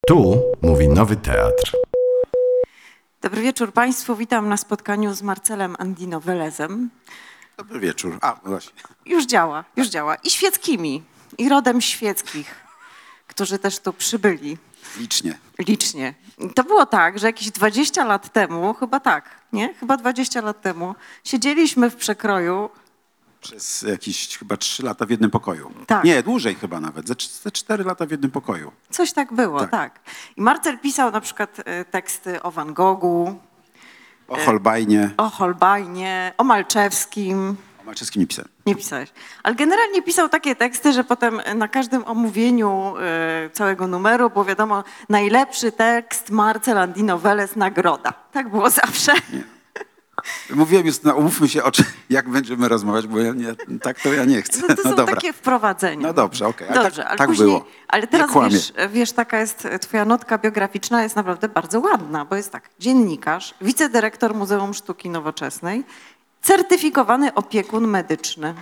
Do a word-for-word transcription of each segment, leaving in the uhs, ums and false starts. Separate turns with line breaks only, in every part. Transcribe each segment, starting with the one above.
Tu mówi Nowy Teatr.
Dobry wieczór Państwu. Witam na spotkaniu z Marcelem Andino-Welezem.
Dobry wieczór. A, no właśnie.
Już działa, już działa. I świeckimi, i rodem świeckich, którzy też tu przybyli.
Licznie.
Licznie. To było tak, że jakieś dwadzieścia lat temu, chyba tak, nie? Chyba dwadzieścia lat temu, siedzieliśmy w przekroju.
Przez jakieś chyba trzy lata w jednym pokoju.
Tak.
Nie, dłużej chyba nawet. Ze, ze cztery lata w jednym pokoju.
Coś tak było, tak.
Tak.
I Marcel pisał na przykład e, teksty o Van Goghu,
O Holbeinie.
o Holbeinie, o Malczewskim.
O Malczewskim nie pisałem.
Nie pisałeś. Ale generalnie pisał takie teksty, że potem na każdym omówieniu y, całego numeru było wiadomo, najlepszy tekst Marcel Andino-Welez, nagroda. Tak było zawsze.
Nie. Mówiłem już, no, umówmy się, o czym, jak będziemy rozmawiać, bo ja nie, tak to ja nie chcę.
No to są
no dobra.
takie wprowadzenia.
No dobrze, okej. Okay.
Dobrze,
tak,
ale
tak
później,
było.
ale teraz
nie kłamię.
wiesz, wiesz, taka jest twoja notka biograficzna, jest naprawdę bardzo ładna, bo jest tak, dziennikarz, wicedyrektor Muzeum Sztuki Nowoczesnej, certyfikowany opiekun medyczny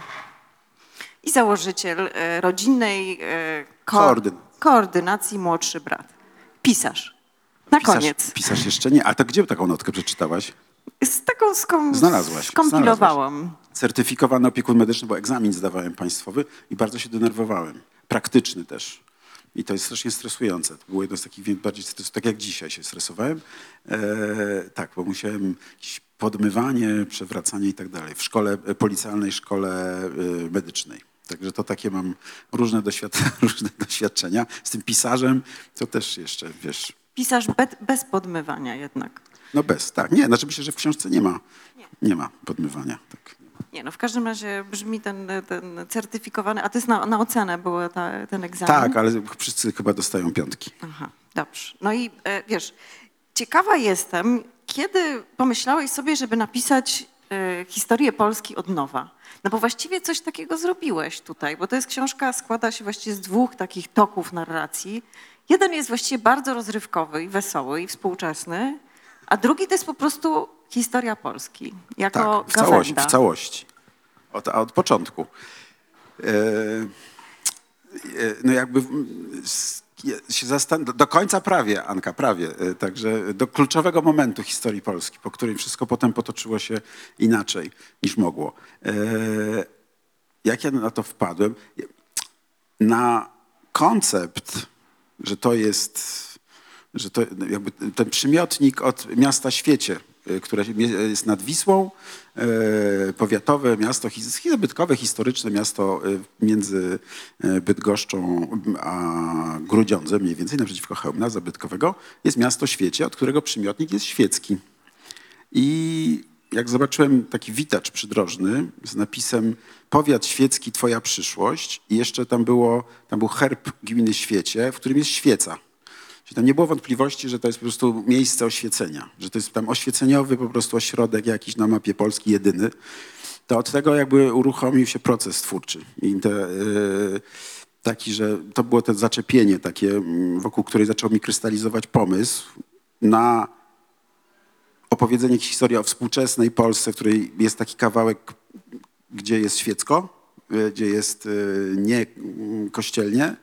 i założyciel e, rodzinnej e, ko-
Koordyn.
koordynacji młodszy brat. Pisarz. Na
Pisarz,
koniec.
Pisarz jeszcze nie. A to gdzie taką notkę przeczytałaś?
Z taką skom-
Znalazłaś.
skompilowałam.
Znalazłaś. Certyfikowany opiekun medyczny, bo egzamin zdawałem państwowy i bardzo się denerwowałem. Praktyczny też. I to jest strasznie stresujące. To było jedno z takich bardziej stresujących, tak jak dzisiaj się stresowałem. E, tak, bo musiałem jakieś podmywanie, przewracanie i tak dalej w szkole policjalnej, szkole y, medycznej. Także to takie mam różne, doświad- różne doświadczenia. Z tym pisarzem to też jeszcze, wiesz...
Pisarz be- bez podmywania jednak.
No bez, tak. Nie, znaczy myślę, że w książce nie ma,
Nie.
nie ma podmywania. Tak.
Nie, no w każdym razie brzmi ten, ten certyfikowany, a to jest na, na ocenę był ta, ten egzamin?
Tak, ale wszyscy chyba dostają piątki.
Aha, dobrze. No i e, wiesz, ciekawa jestem, kiedy pomyślałeś sobie, żeby napisać e, historię Polski od nowa? No bo właściwie coś takiego zrobiłeś tutaj, bo to jest książka, składa się właściwie z dwóch takich toków narracji. Jeden jest właściwie bardzo rozrywkowy i wesoły i współczesny, a drugi to jest po prostu historia Polski, jako
Tak, w całości.
gawenda.
W całości. Od, a od początku. E, e, no jakby mm, s- je- się zastan- do, do końca prawie, Anka, prawie. E, także do kluczowego momentu historii Polski, po którym wszystko potem potoczyło się inaczej niż mogło. E, jak ja na to wpadłem? Na koncept, że to jest, że to jakby ten przymiotnik od miasta Świecie, y, które jest nad Wisłą, y, powiatowe miasto, his- zabytkowe, historyczne miasto y, między y, Bydgoszczą a Grudziądzem, mniej więcej naprzeciwko Chełmna zabytkowego, jest miasto Świecie, od którego przymiotnik jest świecki. I jak zobaczyłem taki witacz przydrożny z napisem Powiat Świecki, twoja przyszłość i jeszcze tam, było, tam był herb gminy Świecie, w którym jest świeca. Czyli tam nie było wątpliwości, że to jest po prostu miejsce oświecenia, że to jest tam oświeceniowy po prostu ośrodek jakiś na mapie Polski, jedyny. To od tego jakby uruchomił się proces twórczy. I te, yy, taki, że to było to zaczepienie takie, wokół której zaczął mi krystalizować pomysł na opowiedzenie historii o współczesnej Polsce, w której jest taki kawałek, gdzie jest świecko, gdzie jest nie kościelnie,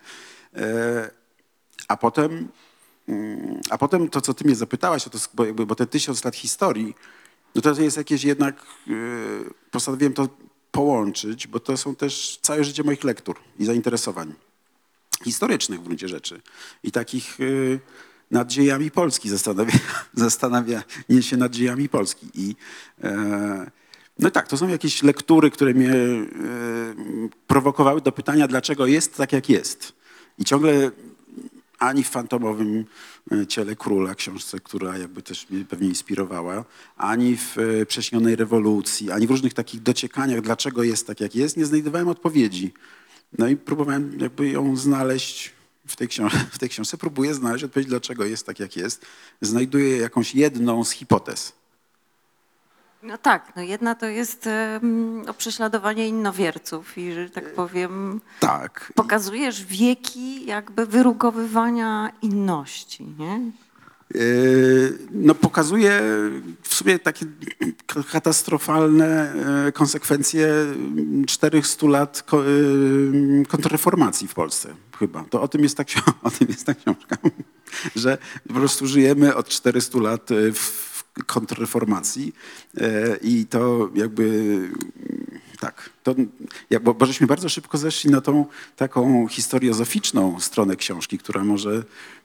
a potem, a potem to, co ty mnie zapytałaś, to, bo, jakby, bo te tysiąc lat historii, no to jest jakieś jednak, postanowiłem to połączyć, bo to są też całe życie moich lektur i zainteresowań historycznych w gruncie rzeczy i takich nad dziejami Polski, zastanawia, zastanawianie się nad dziejami Polski. I, e, no tak, to są jakieś lektury, które mnie e, prowokowały do pytania, dlaczego jest tak, jak jest. I ciągle ani w Fantomowym Ciele Króla, książce, która jakby też mnie pewnie inspirowała, ani w Prześnionej rewolucji, ani w różnych takich dociekaniach, dlaczego jest tak, jak jest, nie znajdowałem odpowiedzi. No i próbowałem jakby ją znaleźć w tej, książ- w tej książce, próbuję znaleźć odpowiedź, dlaczego jest tak, jak jest. Znajduję jakąś jedną z hipotez.
No tak, no jedna to jest um, o prześladowanie innowierców i, że tak powiem,
Tak.
pokazujesz wieki jakby wyrugowywania inności, nie?
Yy, No pokazuje w sumie takie katastrofalne yy, konsekwencje czterystu lat ko- yy, kontrreformacji w Polsce chyba. To o tym jest ta, ksi- o tym jest ta książka. że po prostu żyjemy od czterystu lat w kontrreformacji i to jakby tak, to, bo, bo żeśmy bardzo szybko zeszli na tą taką historiozoficzną stronę książki, która może,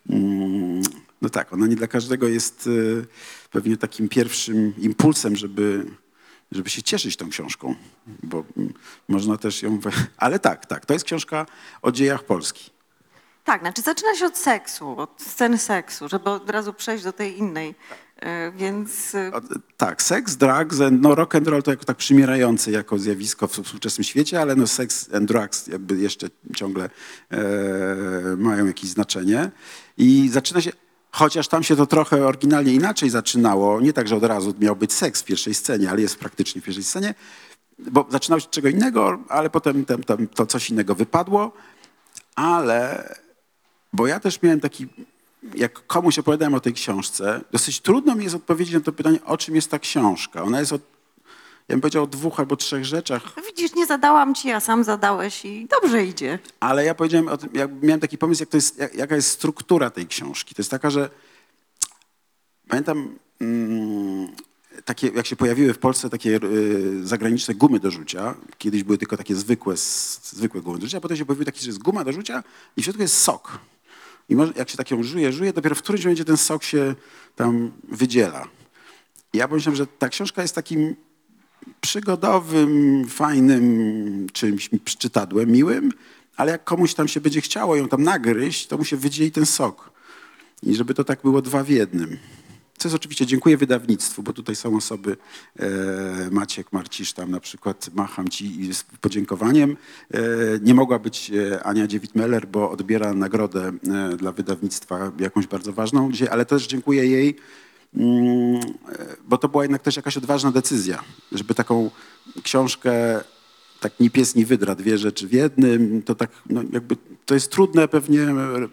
no tak, ona nie dla każdego jest pewnie takim pierwszym impulsem, żeby, żeby się cieszyć tą książką, bo można też ją, ale tak, tak, to jest książka o dziejach Polski.
Tak, znaczy zaczyna się od seksu, od sceny seksu, żeby od razu przejść do tej innej, więc...
Tak, seks, drugs, no rock and roll to jako tak przymierające jako zjawisko w współczesnym świecie, ale no sex and drugs jakby jeszcze ciągle e, mają jakieś znaczenie i zaczyna się, chociaż tam się to trochę oryginalnie inaczej zaczynało, nie tak, że od razu miał być seks w pierwszej scenie, ale jest praktycznie w pierwszej scenie, bo zaczynało się od czego innego, ale potem tam, tam to coś innego wypadło, ale... Bo ja też miałem taki, jak komuś opowiadałem o tej książce, dosyć trudno mi jest odpowiedzieć na to pytanie, o czym jest ta książka. Ona jest o, ja bym powiedział, o dwóch albo trzech rzeczach.
No widzisz, nie zadałam ci, a sam zadałeś i dobrze idzie.
Ale ja powiedziałem o tym, ja miałem taki pomysł, jak to jest, jak, jaka jest struktura tej książki. To jest taka, że pamiętam, mm, takie, jak się pojawiły w Polsce takie y, zagraniczne gumy do rzucia, kiedyś były tylko takie zwykłe, zwykłe gumy do rzucia, a potem się pojawiły takie, że jest guma do rzucia i w środku jest sok. I może, jak się tak ją żuje, żuje, dopiero w którymś momencie ten sok się tam wydziela. I ja pomyślałem, że ta książka jest takim przygodowym, fajnym czymś czytadłem, miłym, ale jak komuś tam się będzie chciało ją tam nagryźć, to mu się wydzieli ten sok. I żeby to tak było dwa w jednym. Co jest oczywiście, dziękuję wydawnictwu, bo tutaj są osoby, e, Maciek Marcisz tam na przykład, macham ci z podziękowaniem. E, nie mogła być Ania Dziewit-Meller, bo odbiera nagrodę e, dla wydawnictwa jakąś bardzo ważną dzisiaj, ale też dziękuję jej, mm, bo to była jednak też jakaś odważna decyzja, żeby taką książkę, tak ni pies, ni wydra, dwie rzeczy w jednym, to tak no jakby, to jest trudne pewnie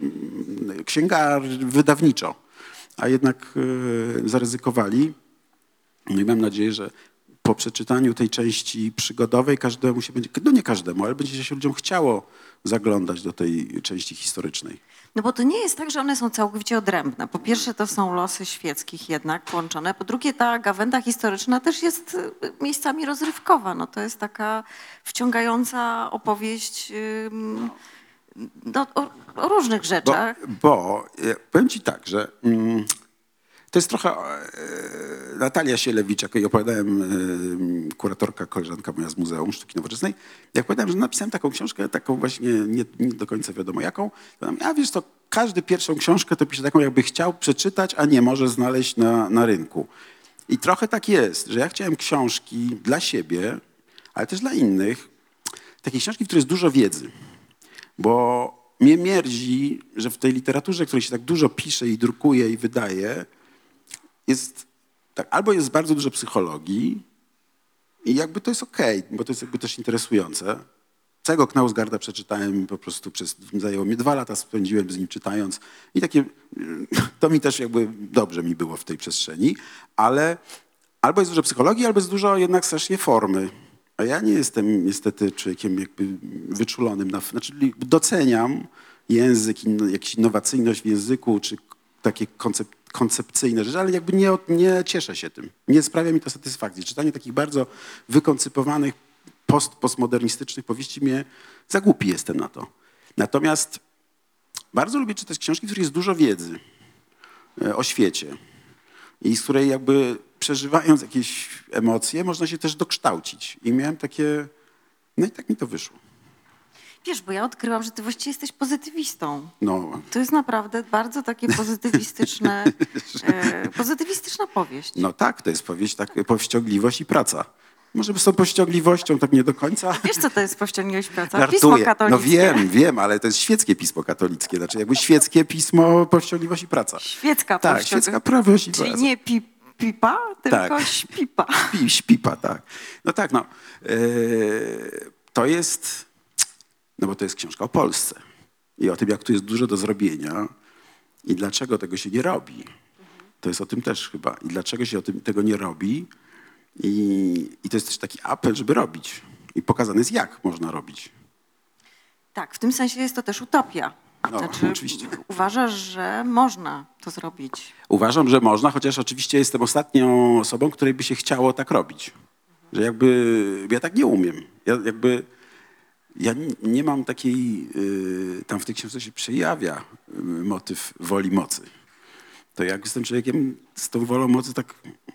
księgar wydawniczo. A jednak y, zaryzykowali. No i mam nadzieję, że po przeczytaniu tej części przygodowej każdemu się będzie, no nie każdemu, ale będzie się ludziom chciało zaglądać do tej części historycznej.
No bo to nie jest tak, że one są całkowicie odrębne. Po pierwsze to są losy świeckich jednak połączone. Po drugie ta gawęda historyczna też jest miejscami rozrywkowa. No to jest taka wciągająca opowieść ym, no, o, o różnych rzeczach.
Bo, bo powiem ci tak, że mm, to jest trochę e, Natalia Sielewicz, jak jej opowiadałem, e, kuratorka, koleżanka moja z Muzeum Sztuki Nowoczesnej, jak powiedziałem, że napisałem taką książkę, taką właśnie nie, nie do końca wiadomo jaką, to ja wiesz to każdy pierwszą książkę to pisze taką, jakby chciał przeczytać, a nie może znaleźć na, na rynku. I trochę tak jest, że ja chciałem książki dla siebie, ale też dla innych, takiej książki, w której jest dużo wiedzy. Bo mnie mierdzi, że w tej literaturze, której się tak dużo pisze i drukuje i wydaje, jest tak, albo jest bardzo dużo psychologii i jakby to jest okej, bo to jest jakby też interesujące. Całego Knausgarda przeczytałem po prostu przez, zajęło mi dwa lata, spędziłem z nim czytając i takie, to mi też jakby dobrze mi było w tej przestrzeni, ale albo jest dużo psychologii, albo jest dużo jednak strasznie formy. A ja nie jestem niestety człowiekiem jakby wyczulonym, na, znaczy doceniam język, in, jakąś innowacyjność w języku, czy takie koncep, koncepcyjne rzeczy, ale jakby nie, nie cieszę się tym. Nie sprawia mi to satysfakcji. Czytanie takich bardzo wykoncypowanych, post, postmodernistycznych powieści mnie, za głupi jestem na to. Natomiast bardzo lubię czytać książki, w których jest dużo wiedzy o świecie i z której jakby przeżywając jakieś emocje, można się też dokształcić. I miałem takie, no i tak mi to wyszło.
Wiesz, bo ja odkryłam, że ty właściwie jesteś pozytywistą.
No,
To jest naprawdę bardzo takie pozytywistyczne, e, pozytywistyczna powieść.
no tak, to jest powieść, tak, powściągliwość i praca. Może z tą powściągliwością tak nie do końca.
Wiesz, co to jest powściągliwość praca?
Żartuję.
Pismo katolickie.
No wiem, wiem, ale to jest świeckie pismo katolickie. Znaczy jakby świeckie pismo powściągliwość i praca.
Świecka
Tak,
powściągliwość.
świecka prawość i
Czyli
praca.
nie pi, pipa, tylko
Tak.
śpipa.
Pi, śpipa, tak. No tak, no. Yy, to jest, no bo to jest książka o Polsce. I o tym, jak tu jest dużo do zrobienia i dlaczego tego się nie robi. To jest o tym też chyba. I dlaczego się o tym, tego nie robi. I, I to jest też taki apel, żeby robić. I pokazane jest, jak można robić.
Tak, w tym sensie jest to też utopia.
No,
Znaczy,
oczywiście.
uważasz, że można to zrobić?
Uważam, że można, chociaż oczywiście jestem ostatnią osobą, której by się chciało tak robić. Że jakby ja tak nie umiem. Ja jakby ja nie, nie mam takiej, y, tam w tej książce się przejawia y, motyw woli mocy. To jak jestem człowiekiem z tą wolą mocy, tak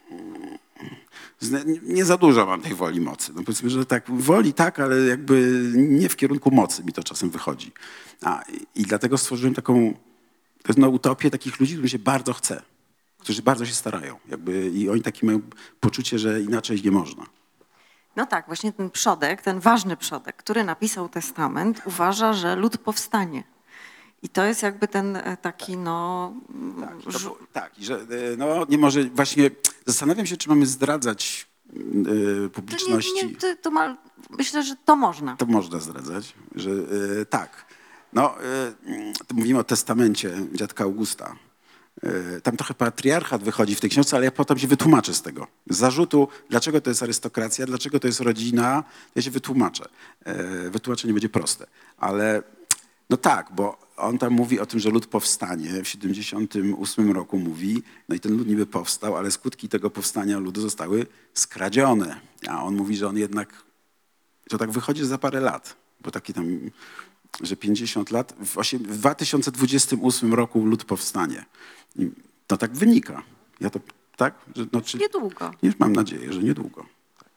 nie, nie za dużo mam tej woli mocy. No powiedzmy, że tak woli tak, ale jakby nie w kierunku mocy mi to czasem wychodzi. A, i, i dlatego stworzyłem taką, to jest no, utopię takich ludzi, którym się bardzo chce, którzy bardzo się starają. Jakby, i oni takie mają poczucie, że inaczej nie można.
No tak, właśnie ten przodek, ten ważny przodek, który napisał testament, uważa, że lud powstanie. I to jest jakby ten e, taki, no...
Tak, i to
żu-
było- tak, i że e, no nie może, właśnie zastanawiam się, czy mamy zdradzać e,
to, nie,
publiczności.
nie, to, to ma, myślę, że to można.
To można zdradzać, że e, tak. No, e, to mówimy o testamencie dziadka Augusta. E, tam trochę patriarchat wychodzi w tej książce, ale ja potem się wytłumaczę z tego. Z zarzutu, dlaczego to jest arystokracja, dlaczego to jest rodzina, ja się wytłumaczę. E, wytłumaczenie będzie proste, ale no tak, bo on tam mówi o tym, że lud powstanie. W siedemdziesiątym ósmym roku mówi, no i ten lud niby powstał, ale skutki tego powstania ludu zostały skradzione. A on mówi, że on jednak, że tak wychodzi za parę lat, bo taki tam, że pięćdziesiąt lat, w, osiem, w dwa tysiące dwudziestym ósmym roku lud powstanie. I to tak wynika. Ja to, tak? Że, no, czy,
Niedługo.
nie, mam nadzieję, że niedługo.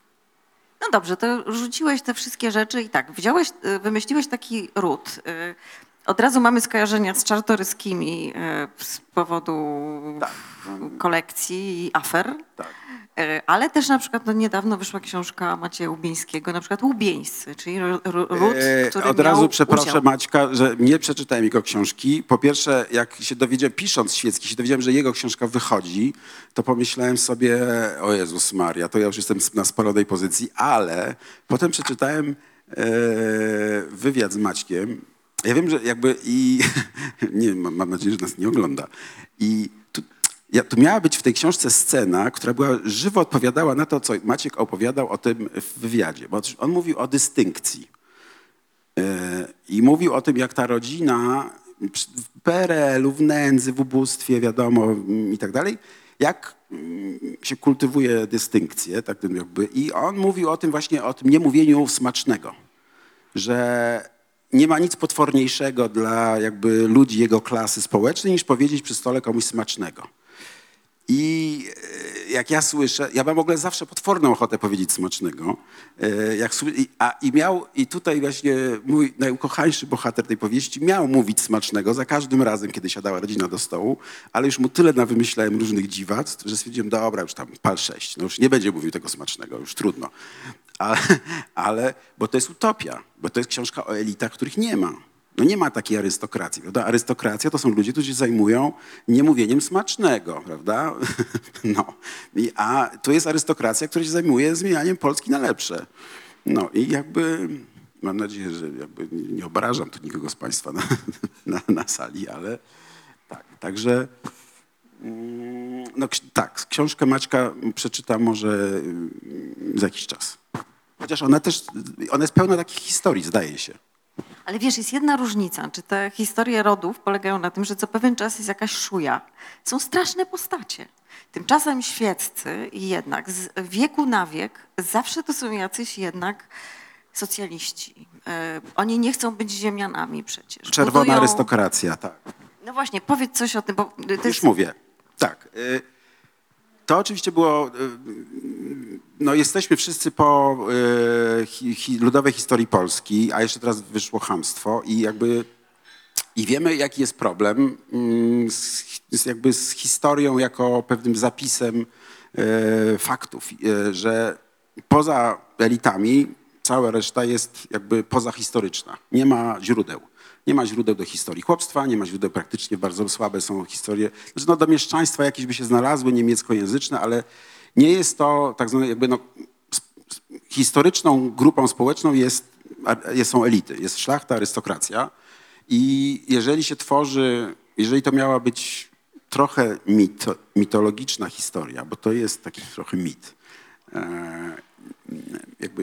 No dobrze, to rzuciłeś te wszystkie rzeczy i tak, wziąłeś, y, wymyśliłeś taki ród. y, Od razu mamy skojarzenia z Czartoryskimi y, z powodu
Tak.
kolekcji i afer.
Tak.
Y, Ale też na przykład no, niedawno wyszła książka Macieja Łubieńskiego, na przykład Łubieńscy, czyli ro- ro- ród,
E,
który
Od
miał
razu przeproszę
udział.
Maćka, że nie przeczytałem jego książki. Po pierwsze, jak się dowiedziałem, pisząc Świecki, się dowiedziałem, że jego książka wychodzi, to pomyślałem sobie, o Jezus Maria, to ja już jestem na spalonej pozycji, ale potem przeczytałem e, wywiad z Maćkiem. Ja wiem, że jakby i nie, mam, mam nadzieję, że nas nie ogląda. I tu, ja, tu miała być w tej książce scena, która była żywo odpowiadała na to, co Maciek opowiadał o tym w wywiadzie. Bo on mówił o dystynkcji. I mówił o tym, jak ta rodzina w P R L-u, w nędzy, w ubóstwie, wiadomo, i tak dalej, jak się kultywuje dystynkcję, tak jakby. I on mówił o tym właśnie, o tym niemówieniu smacznego, że nie ma nic potworniejszego dla jakby ludzi jego klasy społecznej, niż powiedzieć przy stole komuś smacznego. I jak ja słyszę, ja mam w ogóle zawsze potworną ochotę powiedzieć smacznego. Jak, a, i, miał, I tutaj właśnie mój najukochańszy bohater tej powieści miał mówić smacznego za każdym razem, kiedy siadała rodzina do stołu, ale już mu tyle nawymyślałem różnych dziwactw, że stwierdziłem, dobra, już tam pal sześć, no już nie będzie mówił tego smacznego, już trudno. Ale, ale bo to jest utopia, bo to jest książka o elitach, których nie ma. No nie ma takiej arystokracji, prawda? Arystokracja to są ludzie, którzy się zajmują niemówieniem smacznego, prawda? No. I, a tu jest arystokracja, która się zajmuje zmienianiem Polski na lepsze. No i jakby, mam nadzieję, że jakby nie obrażam tu nikogo z państwa na, na, na sali, ale tak, także mm, no tak, książkę Maćka przeczytam może za jakiś czas. Chociaż ona też, ona jest pełna takich historii, zdaje się.
Ale wiesz, jest jedna różnica. Czy te historie rodów polegają na tym, że co pewien czas jest jakaś szuja. Są straszne postacie. Tymczasem świeccy jednak z wieku na wiek zawsze to są jacyś jednak socjaliści. E, oni nie chcą być ziemianami przecież.
Czerwona
Budują...
arystokracja, tak.
No właśnie, powiedz coś o tym, bo to
Już
jest...
mówię. Tak. y, To oczywiście było... y, No jesteśmy wszyscy po y, hi, hi, ludowej historii Polski, a jeszcze teraz wyszło chamstwo i jakby... I wiemy, jaki jest problem mm, z, z, jakby z historią jako pewnym zapisem y, faktów, y, że poza elitami cała reszta jest jakby pozahistoryczna. Nie ma źródeł. Nie ma źródeł do historii chłopstwa, nie ma źródeł praktycznie, bardzo słabe są historie. Znaczy, no, do mieszczaństwa jakieś by się znalazły, niemieckojęzyczne, ale nie jest to tak zwane jakby no, historyczną grupą społeczną jest, jest, są elity. Jest szlachta, arystokracja i jeżeli się tworzy, jeżeli to miała być trochę mito, mitologiczna historia, bo to jest taki trochę mit, e, jakby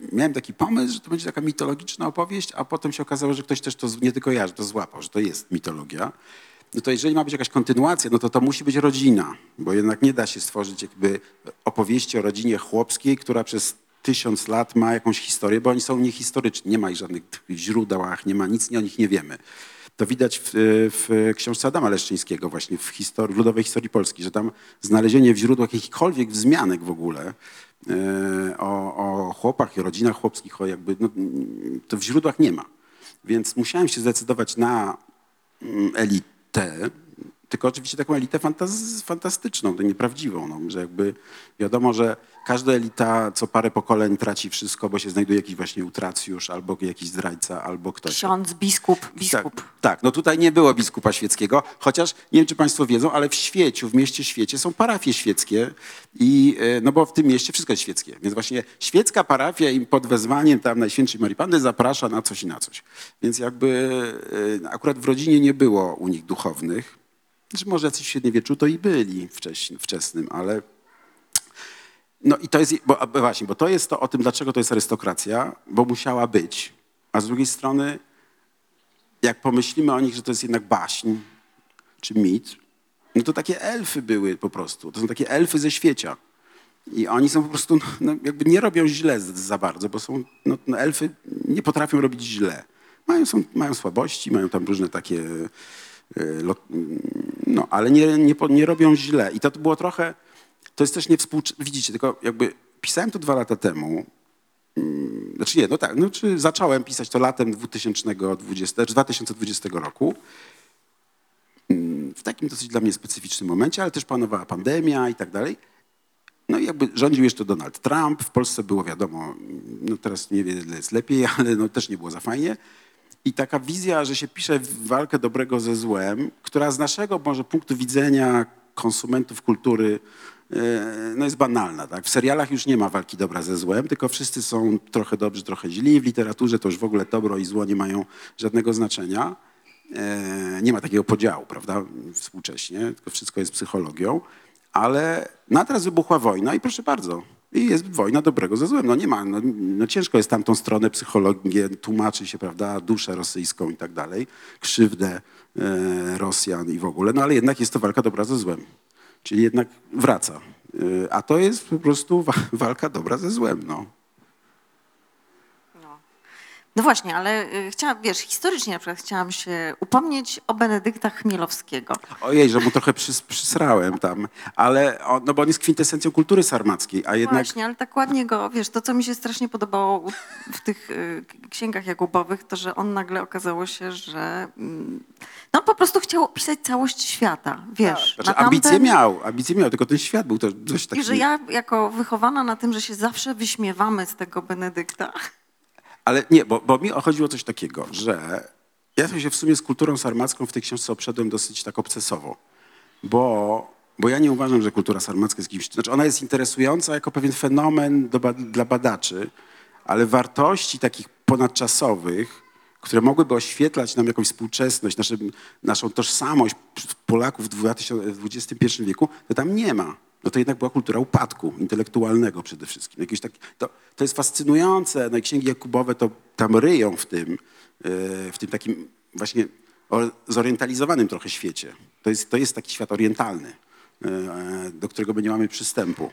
miałem taki pomysł, że to będzie taka mitologiczna opowieść, a potem się okazało, że ktoś też to z- nie tylko ja, że to złapał, że to jest mitologia. No to jeżeli ma być jakaś kontynuacja, no to to musi być rodzina, bo jednak nie da się stworzyć jakby opowieści o rodzinie chłopskiej, która przez tysiąc lat ma jakąś historię, bo oni są niehistoryczni, nie ma ich żadnych źródłach, nie ma nic, o nich nie wiemy. To widać w, w książce Adama Leszczyńskiego właśnie, w, historii, w Ludowej Historii Polski, że tam znalezienie w źródłach jakichkolwiek wzmianek w ogóle e, o, o chłopach i rodzinach chłopskich, o jakby, no, to w źródłach nie ma. Więc musiałem się zdecydować na mm, elitę, tylko oczywiście taką elitę fantaz, fantastyczną, to nieprawdziwą, no, że jakby wiadomo, że każda elita co parę pokoleń traci wszystko, bo się znajduje jakiś właśnie utracjusz, albo jakiś zdrajca, albo ktoś.
Ksiądz, biskup, biskup.
Tak, tak, no tutaj nie było biskupa świeckiego, chociaż nie wiem, czy państwo wiedzą, ale w Świeciu, w mieście Świecie są parafie świeckie i e, no bo w tym mieście wszystko jest świeckie, więc właśnie świecka parafia im pod wezwaniem tam Najświętszej Marii Panny zaprasza na coś i na coś. Więc jakby e, akurat w rodzinie nie było u nich duchownych. Znaczy może jacyś w średniowieczu to i byli wcześniej, wczesnym, ale no i to jest, bo, właśnie, bo to jest to o tym, dlaczego to jest arystokracja, bo musiała być, a z drugiej strony jak pomyślimy o nich, że to jest jednak baśń czy mit, no to takie elfy były po prostu, to są takie elfy ze świecia i oni są po prostu, no, jakby nie robią źle za bardzo, bo są, no, no elfy nie potrafią robić źle, mają, są, mają słabości, mają tam różne takie... No, ale nie, nie, nie robią źle. I to było trochę, to jest też niewspółczesne, widzicie, tylko jakby pisałem to dwa lata temu, znaczy nie, no tak, no, czy zacząłem pisać to latem dwutysięcznego dwudziestego, dwa tysiące dwudziestego roku, w takim dosyć dla mnie specyficznym momencie, ale też panowała pandemia i tak dalej. No i jakby rządził jeszcze Donald Trump, w Polsce było wiadomo, no teraz nie wiem, ile jest lepiej, ale no też nie było za fajnie. I taka wizja, że się pisze walkę dobrego ze złem, która z naszego może punktu widzenia konsumentów kultury no jest banalna. Tak? W serialach już nie ma walki dobra ze złem, tylko wszyscy są trochę dobrzy, trochę źli. W literaturze to już w ogóle dobro i zło nie mają żadnego znaczenia. Nie ma takiego podziału, prawda, współcześnie, tylko wszystko jest psychologią. Ale no a teraz wybuchła wojna i proszę bardzo, i jest wojna dobrego ze złem. No nie ma, no, no ciężko jest tamtą stronę psychologię, tłumaczy się, prawda, duszę rosyjską i tak dalej, krzywdę e, Rosjan i w ogóle, no ale jednak jest to walka dobra ze złem. Czyli jednak wraca. E, a to jest po prostu wa- walka dobra ze złem, no.
No właśnie, ale y, chciałam, wiesz, historycznie na przykład chciałam się upomnieć o Benedykta Chmielowskiego.
Ojej, że mu trochę przys, przysrałem tam, ale on, no bo on jest kwintesencją kultury sarmackiej, a jednak...
Właśnie, ale tak ładnie go, wiesz, to co mi się strasznie podobało u- w tych y, księgach Jakubowych, to że on nagle okazało się, że mm, no po prostu chciał opisać całość świata, wiesz.
Znaczy,
na
ambicje
tamten-
miał, ambicje miał, tylko ten świat był to dość taki...
I że ja jako wychowana na tym, że się zawsze wyśmiewamy z tego Benedykta.
Ale nie, bo, bo mi chodziło o coś takiego, że ja się w sumie z kulturą sarmacką w tej książce obszedłem dosyć tak obcesowo, bo, bo ja nie uważam, że kultura sarmacka jest kimś... Znaczy ona jest interesująca jako pewien fenomen do, dla badaczy, ale wartości takich ponadczasowych, które mogłyby oświetlać nam jakąś współczesność, nasze, naszą tożsamość Polaków w dwudziestym pierwszym wieku, to tam nie ma. No to jednak była kultura upadku intelektualnego przede wszystkim. Jakieś tak, to, to jest fascynujące. No i księgi Jakubowe to tam ryją w tym, w tym takim właśnie zorientalizowanym trochę świecie. To jest, to jest taki świat orientalny, do którego my nie mamy przystępu.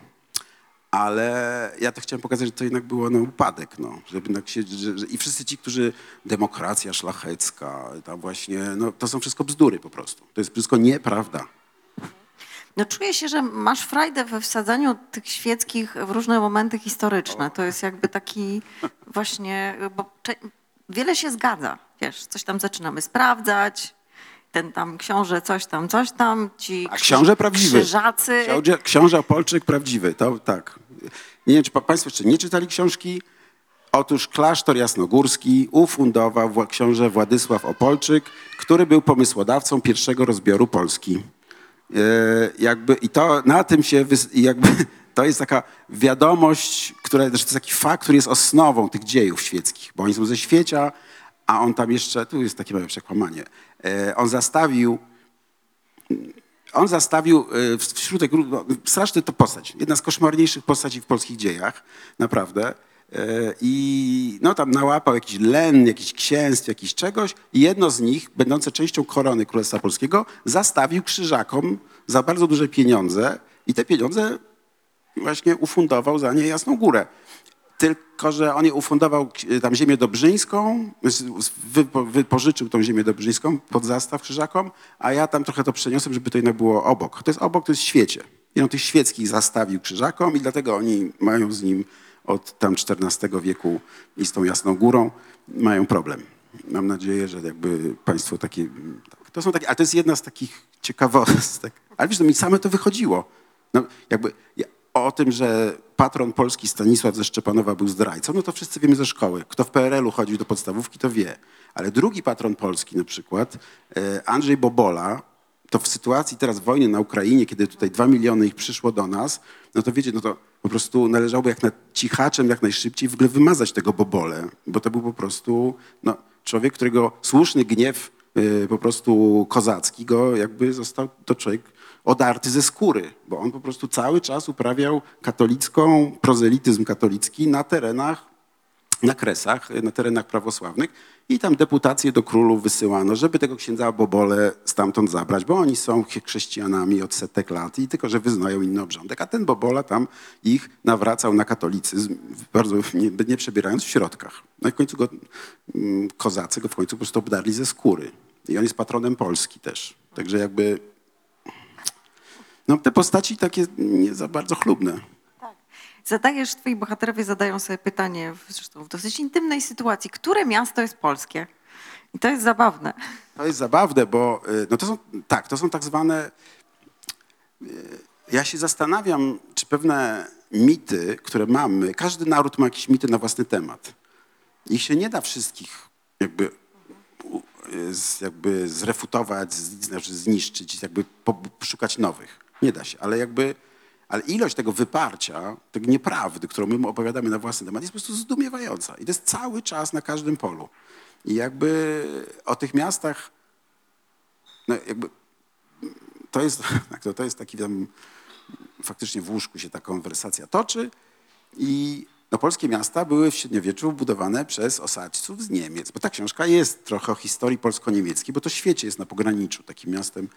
Ale ja to chciałem pokazać, że to jednak było no, upadek. No. Że jednak się, że, że, I wszyscy ci, którzy... Demokracja szlachecka, tam właśnie, no, to są wszystko bzdury po prostu. To jest wszystko nieprawda.
No czuję się, że masz frajdę we wsadzaniu tych świeckich w różne momenty historyczne. To jest jakby taki właśnie, bo cze- wiele się zgadza, wiesz, coś tam zaczynamy sprawdzać, ten tam książę coś tam, coś tam, ci
A książę prawdziwy.
krzyżacy.
Książę, książę Opolczyk prawdziwy, to tak. Nie wiem, czy pa, państwo jeszcze nie czytali książki? Otóż klasztor jasnogórski ufundował wła- książę Władysław Opolczyk, który był pomysłodawcą pierwszego rozbioru Polski. E, jakby, I to na tym się, wys- i jakby, to jest taka wiadomość, która, że to jest taki fakt, który jest osnową tych dziejów świeckich, bo oni są ze świecia, a on tam jeszcze, tu jest takie małe przekłamanie, e, on zastawił, on zastawił e, wśród tych, no, straszny to postać, jedna z koszmarniejszych postaci w polskich dziejach, naprawdę. E, I no tam nałapał jakiś len, jakichś księstw, jakiś czegoś i jedno z nich, będące częścią korony Królestwa Polskiego, zastawił krzyżakom za bardzo duże pieniądze i te pieniądze właśnie ufundował za nie Jasną Górę. Tylko że on je ufundował tam ziemię dobrzyńską, wypo, wypożyczył tą ziemię dobrzyńską pod zastaw krzyżakom, a ja tam trochę to przeniosłem, żeby to jednak było obok. To jest obok, to jest w świecie. I on tych świeckich zastawił krzyżakom i dlatego oni mają z nim od tam czternastego wieku i z tą Jasną Górą mają problem. Mam nadzieję, że jakby państwo takie... To są takie, ale to jest jedna z takich ciekawostek. Ale wiesz, to mi same to wychodziło. No, jakby ja, o tym, że patron Polski Stanisław ze Szczepanowa był zdrajcą, no to wszyscy wiemy ze szkoły. Kto w P R L u chodził do podstawówki, to wie. Ale drugi patron Polski na przykład, Andrzej Bobola, to w sytuacji teraz wojny na Ukrainie, kiedy tutaj dwa miliony ich przyszło do nas, no to wiecie, no to po prostu należałoby jak na cichaczem jak najszybciej w ogóle wymazać tego Bobolę, bo to był po prostu no, człowiek, którego słuszny gniew yy, po prostu kozacki go jakby został, to człowiek odarty ze skóry, bo on po prostu cały czas uprawiał katolicką, prozelityzm katolicki na terenach, na Kresach, na terenach prawosławnych i tam deputacje do królów wysyłano, żeby tego księdza Bobolę stamtąd zabrać, bo oni są chrześcijanami od setek lat i tylko, że wyznają inny obrządek, a ten Bobola tam ich nawracał na katolicyzm, bardzo nie, nie przebierając w środkach. No i w końcu go kozacy go w końcu po prostu obdarli ze skóry. I on jest patronem Polski też. Także jakby no te postaci takie nie za bardzo chlubne.
Zadajesz, twoi bohaterowie zadają sobie pytanie, zresztą w dosyć intymnej sytuacji, które miasto jest polskie? I to jest zabawne.
To jest zabawne, bo no to są, tak, to są tak zwane... Ja się zastanawiam, czy pewne mity, które mamy, każdy naród ma jakieś mity na własny temat. Ich się nie da wszystkich jakby, jakby zrefutować, znaczy zniszczyć, jakby poszukać nowych. Nie da się, ale jakby... Ale ilość tego wyparcia, tej nieprawdy, którą my mu opowiadamy na własny temat, jest po prostu zdumiewająca. I to jest cały czas na każdym polu. I jakby o tych miastach, no jakby to jest, to, to jest taki tam, faktycznie w łóżku się ta konwersacja toczy i no, polskie miasta były w średniowieczu budowane przez osadźców z Niemiec, bo ta książka jest trochę o historii polsko-niemieckiej, bo to świecie jest na pograniczu takim miastem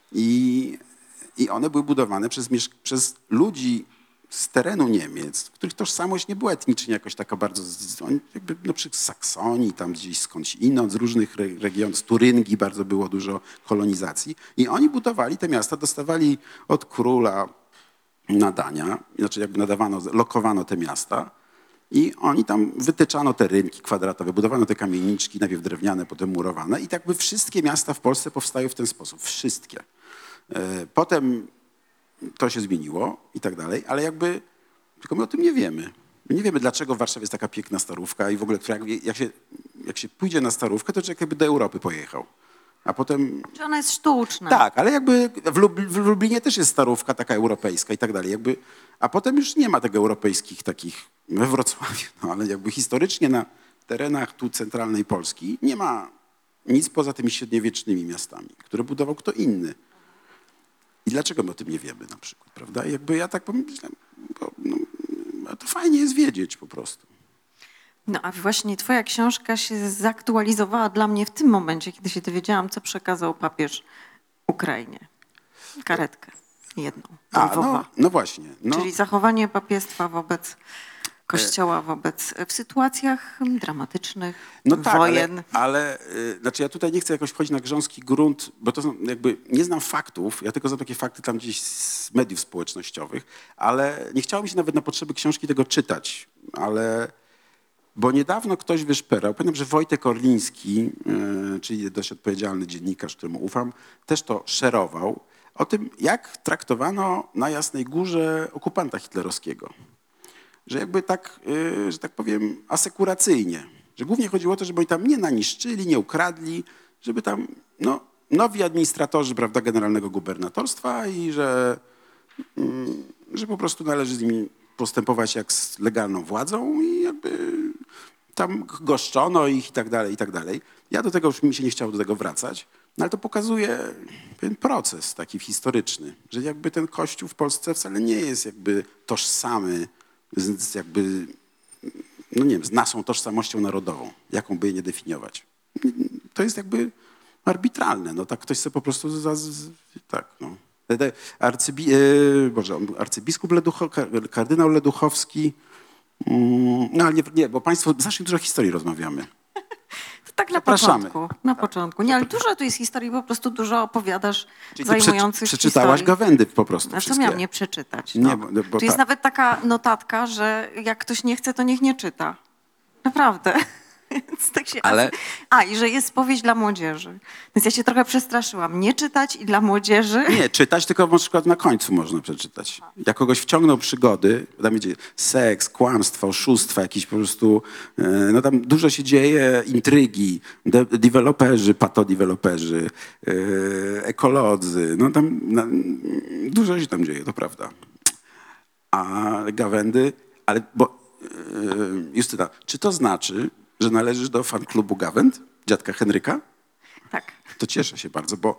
i I one były budowane przez, przez ludzi z terenu Niemiec, których tożsamość nie była etnicznie jakoś taka bardzo... Oni jakby na przykład z Saksonii, tam gdzieś skądś inąd, z różnych regionów, z Turyngii bardzo było dużo kolonizacji. I oni budowali te miasta, dostawali od króla nadania, znaczy jakby nadawano, lokowano te miasta i oni tam wytyczano te rynki kwadratowe, budowano te kamieniczki, najpierw drewniane, potem murowane i tak by wszystkie miasta w Polsce powstały w ten sposób. Wszystkie. Potem to się zmieniło i tak dalej, ale jakby, tylko my o tym nie wiemy. My nie wiemy, dlaczego w Warszawie jest taka piękna Starówka i w ogóle, która, jak, się, jak się pójdzie na Starówkę, to człowiek jakby do Europy pojechał. A potem...
Czy ona jest sztuczna?
Tak, ale jakby w, Lub, w Lublinie też jest Starówka taka europejska i tak dalej. Jakby, a potem już nie ma tego europejskich takich we Wrocławiu, no, ale jakby historycznie na terenach tu centralnej Polski nie ma nic poza tymi średniowiecznymi miastami, które budował kto inny. I dlaczego my o tym nie wiemy na przykład, prawda? I jakby ja tak pomyślałem, bo no, to fajnie jest wiedzieć po prostu.
No a właśnie twoja książka się zaktualizowała dla mnie w tym momencie, kiedy się dowiedziałam, co przekazał papież Ukrainie. Karetkę jedną, do
A,
Lwowa.
no, no właśnie. No.
Czyli zachowanie papiestwa wobec Kościoła, wobec w sytuacjach dramatycznych,
no tak,
wojen.
Ale, ale y, znaczy ja tutaj nie chcę jakoś wchodzić na grząski grunt, bo to są jakby, nie znam faktów, ja tylko znam takie fakty tam gdzieś z mediów społecznościowych, ale nie chciało mi się nawet na potrzeby książki tego czytać, ale bo niedawno ktoś wyszperał, pamiętam, że Wojtek Orliński, y, czyli dość odpowiedzialny dziennikarz, któremu ufam, też to szerował, o tym, jak traktowano na Jasnej Górze okupanta hitlerowskiego. Że jakby tak, yy, że tak powiem, asekuracyjnie. Że głównie chodziło o to, żeby oni tam nie naniszczyli, nie ukradli, żeby tam no, nowi administratorzy, prawda, generalnego gubernatorstwa i że, yy, że po prostu należy z nimi postępować jak z legalną władzą i jakby tam goszczono ich i tak dalej, i tak dalej. Ja do tego już mi się nie chciało do tego wracać, no ale to pokazuje pewien proces taki historyczny, że jakby ten Kościół w Polsce wcale nie jest jakby tożsamy z jakby no nie wiem, z naszą tożsamością narodową, jaką by je nie definiować. To jest jakby arbitralne, no tak ktoś sobie po prostu, za, z, tak, no. Arcybi, e, Boże, arcybiskup Leducho, kardynał Leduchowski, mm, no ale nie, nie, bo państwo zawsze dużo historii rozmawiamy.
Tak na
Zapraszamy.
początku, na początku. Nie, ale dużo tu jest historii, po prostu dużo opowiadasz
Czyli ty
zajmujących
przeczy, przeczytałaś
historii.
Gawędy po prostu
A co
wszystkie.
miałam nie przeczytać? No.
Nie, bo, bo
Tu jest
tak.
nawet taka notatka, że jak ktoś nie chce, to niech nie czyta. Naprawdę. Więc tak się...
Ale-
A, i że jest powieść dla młodzieży. Więc ja się trochę przestraszyłam. Nie czytać i dla młodzieży.
Nie, czytać, tylko na przykład na końcu można przeczytać. Jak kogoś wciągną przygody, tam będzie seks, kłamstwo, oszustwa, jakieś po prostu, e, no tam dużo się dzieje, intrygi, de, deweloperzy, patodeweloperzy, e, ekolodzy, no tam na, dużo się tam dzieje, to prawda. A Gawędy, ale bo e, Justyna, czy to znaczy, że należysz do fanklubu Gawęd, dziadka Henryka?
Tak.
To cieszę się bardzo, bo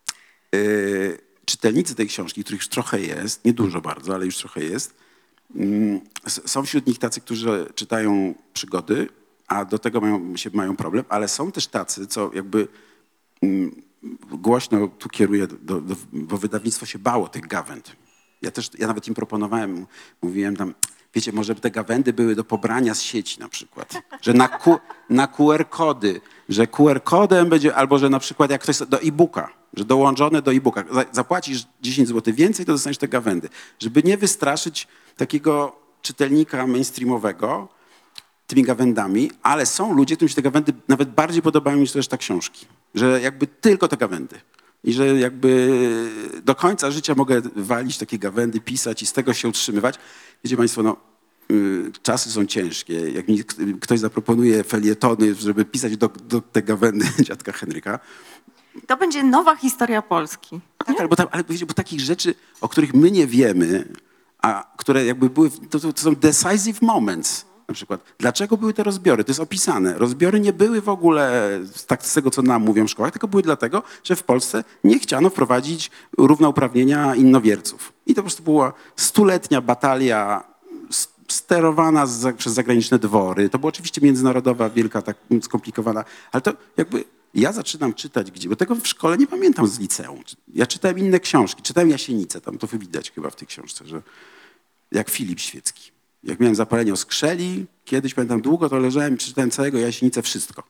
yy, czytelnicy tej książki, których już trochę jest, nie dużo bardzo, ale już trochę jest, yy, są wśród nich tacy, którzy czytają przygody, a do tego mają, się mają problem, ale są też tacy, co jakby yy, głośno tu kieruję, do, do, bo wydawnictwo się bało tych Gawęd. Ja też, ja nawet im proponowałem, mówiłem tam, wiecie, może by te Gawędy były do pobrania z sieci na przykład, że na, Q, na Q R kody, że Q R kodem będzie, albo że na przykład jak ktoś do e-booka, że dołączone do e-booka, zapłacisz dziesięć złotych więcej, to dostaniesz te Gawędy. Żeby nie wystraszyć takiego czytelnika mainstreamowego tymi Gawędami, ale są ludzie, którym się te Gawędy nawet bardziej podobają niż reszta książki. Że jakby tylko te Gawędy. I że jakby do końca życia mogę walić takie Gawędy, pisać i z tego się utrzymywać. Wiecie państwo, no, y, czasy są ciężkie. Jak mi ktoś zaproponuje felietony, żeby pisać do, do te Gawędy dziadka Henryka.
To będzie nowa historia Polski.
Tak, ale, bo tam, ale wiecie, bo takich rzeczy, o których my nie wiemy, a które jakby były, to, to, to są decisive moments. Na przykład, dlaczego były te rozbiory? To jest opisane. Rozbiory nie były w ogóle tak z tego, co nam mówią w szkołach, tylko były dlatego, że w Polsce nie chciano wprowadzić równouprawnienia innowierców. I to po prostu była stuletnia batalia sterowana z, przez zagraniczne dwory. To była oczywiście międzynarodowa, wielka, tak skomplikowana, ale to jakby ja zaczynam czytać gdzie, bo tego w szkole nie pamiętam z liceum. Ja czytałem inne książki, czytałem Jasienicę, tam to widać chyba w tej książce, że jak Filip Świecki. Jak miałem zapalenie oskrzeli, kiedyś pamiętam długo, to leżałem i przeczytałem całego Jasienicę wszystko.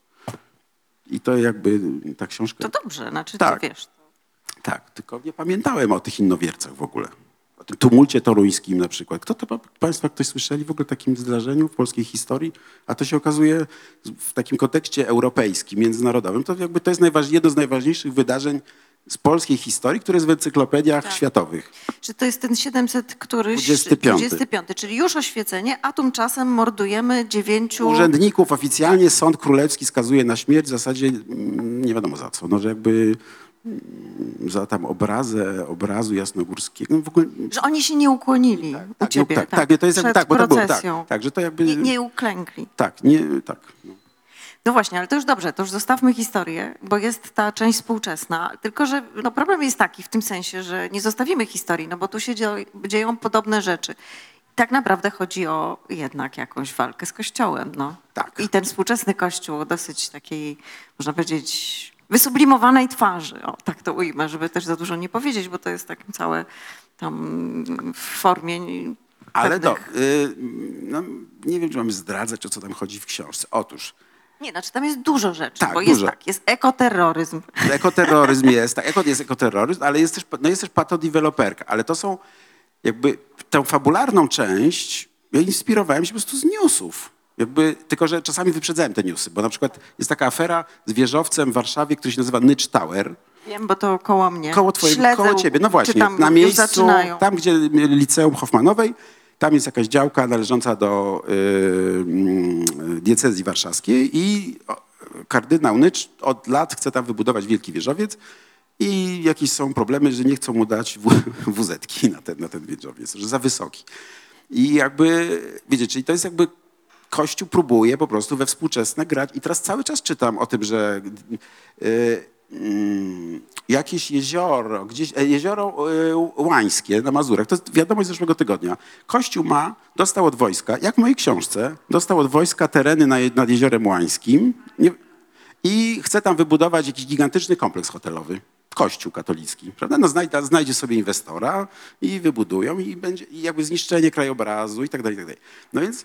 I to jakby ta książka...
To dobrze, znaczy
Tak.
to wiesz.
Tak, tylko nie pamiętałem o tych innowiercach w ogóle. O tym tumulcie toruńskim na przykład. Kto to państwa ktoś słyszeli w ogóle o takim zdarzeniu w polskiej historii? A to się okazuje w takim kontekście europejskim, międzynarodowym. To jakby to jest najważ... jedno z najważniejszych wydarzeń z polskiej historii, które jest w encyklopediach
Tak.
światowych.
Czy to jest ten siedemset któryś?
dwudziesty piąty.
dwudziesty piąty, czyli już oświecenie, a tymczasem mordujemy dziewięciu...
Urzędników oficjalnie Sąd Królewski skazuje na śmierć w zasadzie mm, nie wiadomo za co. No, że jakby mm, za tam obrazę, obrazu jasnogórskiego. No w ogóle,
Że oni się nie ukłonili u
tak,
ciebie.
tak, tak, nie, to jest jakby,
przed
tak, bo to było, tak,
procesją.
tak, że to jakby,
Nie, nie uklękli.
tak, nie, tak. No.
No właśnie, ale to już dobrze, to już zostawmy historię, bo jest ta część współczesna. Tylko że no problem jest taki w tym sensie, że nie zostawimy historii, no bo tu się dzieją, dzieją podobne rzeczy. Tak naprawdę chodzi o jednak jakąś walkę z Kościołem. No.
Tak.
I ten współczesny Kościół dosyć takiej, można powiedzieć, wysublimowanej twarzy. O, tak to ujmę, żeby też za dużo nie powiedzieć, bo to jest takim całe tam w formie
Ale do,
pewnych...
y, no, nie wiem, czy mamy zdradzać, o co tam chodzi w książce. Otóż
Nie, znaczy tam jest dużo rzeczy,
Tak,
bo jest
dużo.
tak, jest ekoterroryzm.
ekoterroryzm jest, tak, eko jest ekoterroryzm, ale jest też, no jest też patodeweloperka, ale to są jakby tę fabularną część, ja inspirowałem się po prostu z newsów. Jakby, tylko, że czasami wyprzedzałem te newsy, bo na przykład jest taka afera z wieżowcem w Warszawie, który się nazywa Nycz Tower.
Wiem, bo to koło mnie.
Koło twojego,
Śledzę,
koło ciebie, no
czy
właśnie,
tam
na
już
miejscu,
zaczynają.
tam gdzie Liceum Hoffmanowej, tam jest jakaś działka należąca do y, y, diecezji warszawskiej i kardynał Nycz od lat chce tam wybudować wielki wieżowiec i jakieś są problemy, że nie chcą mu dać wuzetki na ten, na ten wieżowiec, że za wysoki. I jakby, wiecie, czyli to jest jakby Kościół próbuje po prostu we współczesne grać i teraz cały czas czytam o tym, że y, mm, jakieś jezioro, gdzieś, e, jezioro e, Łańskie na Mazurach, to jest wiadomość z zeszłego tygodnia. Kościół ma, dostał od wojska, jak w mojej książce, dostał od wojska tereny na, nad Jeziorem Łańskim nie, i chce tam wybudować jakiś gigantyczny kompleks hotelowy. Kościół katolicki, prawda? No znajdzie, znajdzie sobie inwestora i wybudują i będzie i jakby zniszczenie krajobrazu i tak dalej, i tak dalej. No więc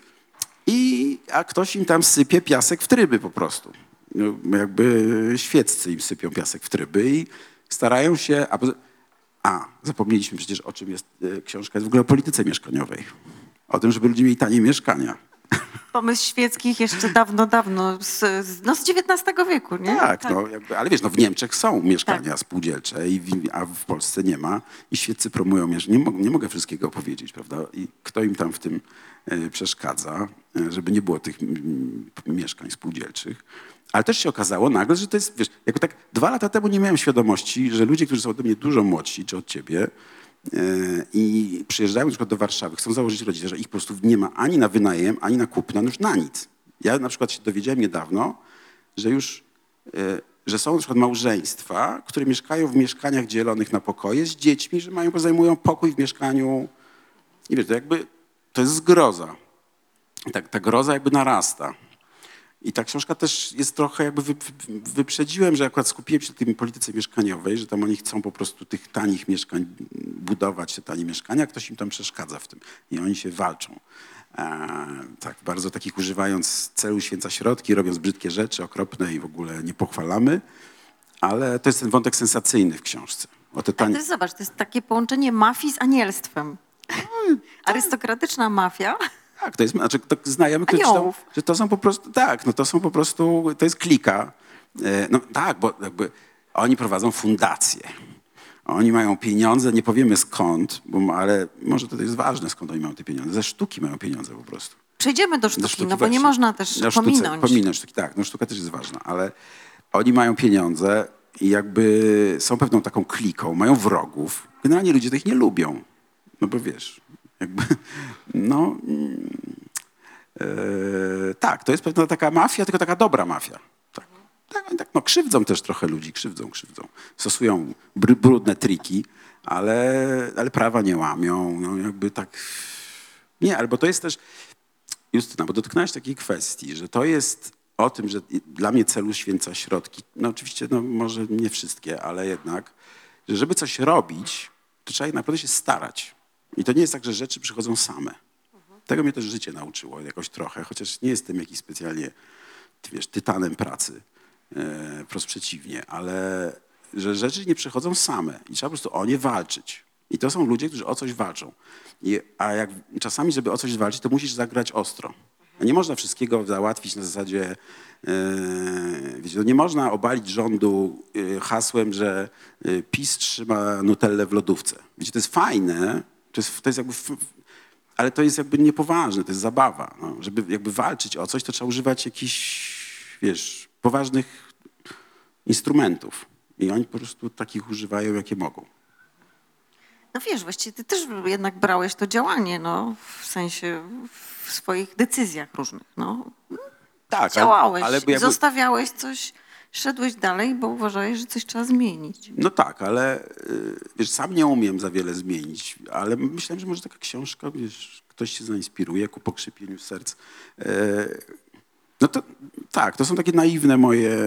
i, a ktoś im tam sypie piasek w tryby po prostu. No, jakby świeccy im sypią piasek w tryby i starają się... A, a zapomnieliśmy przecież, o czym jest e, książka, jest w ogóle o polityce mieszkaniowej. O tym, żeby ludzie mieli tanie mieszkania.
Pomysł świeckich jeszcze dawno, dawno, z, z, no z dziewiętnastego wieku, nie?
Tak, no, jakby, ale wiesz, no w Niemczech są mieszkania
Tak.
spółdzielcze, i w, a w Polsce nie ma. I świeccy promują mieszkania. Nie, mo- nie mogę wszystkiego powiedzieć, prawda? I kto im tam w tym e, przeszkadza, e, żeby nie było tych mm, mieszkań spółdzielczych. Ale też się okazało nagle, że to jest, wiesz, jakby tak dwa lata temu nie miałem świadomości, że ludzie, którzy są ode mnie dużo młodsi, czy od ciebie, e, i przyjeżdżają na przykład do Warszawy, chcą założyć rodzinę, że ich po prostu nie ma ani na wynajem, ani na kupno, no już na nic. Ja na przykład się dowiedziałem niedawno, że już, e, że są na przykład małżeństwa, które mieszkają w mieszkaniach dzielonych na pokoje z dziećmi, że mają, zajmują pokój w mieszkaniu. I wiesz, to jakby, to jest zgroza. I tak, ta groza jakby narasta. I ta książka też jest trochę jakby, wy, wy, wyprzedziłem, że akurat skupiłem się na tej polityce mieszkaniowej, że tam oni chcą po prostu tych tanich mieszkań, budować te tanie mieszkania, ktoś im tam przeszkadza w tym i oni się walczą. E, tak, bardzo takich używając celu święca środki, robiąc brzydkie rzeczy, okropne i w ogóle nie pochwalamy, ale to jest ten wątek sensacyjny w książce. O te
Ale
tanie...
to jest, zobacz, to jest takie połączenie mafii z anielstwem. Arystokratyczna mafia.
Tak, to jest, znaczy to znajomy, który czytał,
Aniołów.
że to są po prostu, tak, no to są po prostu, to jest klika. E, No tak, bo jakby oni prowadzą fundację. Oni mają pieniądze, nie powiemy skąd, bo, ale może to jest ważne, skąd oni mają te pieniądze. Ze sztuki mają pieniądze po prostu.
Przejdziemy do sztuki,
Do sztuki
no bo nie
właśnie.
można też
Do sztuce,
pominąć.
Pominąć sztuki, tak, no sztuka też jest ważna, ale oni mają pieniądze i jakby są pewną taką kliką, mają wrogów. Generalnie ludzie tych nie lubią, no bo wiesz, jakby, no... mm, e, tak, to jest pewna taka mafia, tylko taka dobra mafia. Tak, tak, oni tak no, krzywdzą też trochę ludzi, krzywdzą, krzywdzą. Stosują br- brudne triki, ale, ale prawa nie łamią, no jakby tak... Nie, albo to jest też... Justyna, bo dotknąłeś takiej kwestii, że to jest o tym, że dla mnie celu święca środki, no oczywiście, no może nie wszystkie, ale jednak, że żeby coś robić, to trzeba naprawdę się starać. I to nie jest tak, że rzeczy przychodzą same. Tego mnie też życie nauczyło jakoś trochę, chociaż nie jestem jakiś specjalnie, ty wiesz, tytanem pracy, e, wprost przeciwnie, ale że rzeczy nie przychodzą same i trzeba po prostu o nie walczyć. I to są ludzie, którzy o coś walczą. I, a jak czasami, żeby o coś walczyć, to musisz zagrać ostro. Nie można wszystkiego załatwić na zasadzie, yy, wiecie, no nie można obalić rządu yy, hasłem, że yy, PiS trzyma Nutellę w lodówce. Wiecie, to jest fajne, to jest, to jest jakby, f- ale to jest jakby niepoważne, to jest zabawa. No. Żeby jakby walczyć o coś, to trzeba używać jakichś, wiesz, poważnych instrumentów. I oni po prostu takich używają, jakie mogą.
No wiesz, właściwie ty też jednak brałeś to działanie, no, w sensie w swoich decyzjach różnych, no.
Tak,
Działałeś,
ale jakby,
zostawiałeś coś, szedłeś dalej, bo uważałeś, że coś trzeba zmienić.
no tak, ale y, wiesz, sam nie umiem za wiele zmienić, ale myślałem, że może taka książka, wiesz, ktoś się zainspiruje ku pokrzepieniu serc. Y, no to tak, to są takie naiwne moje...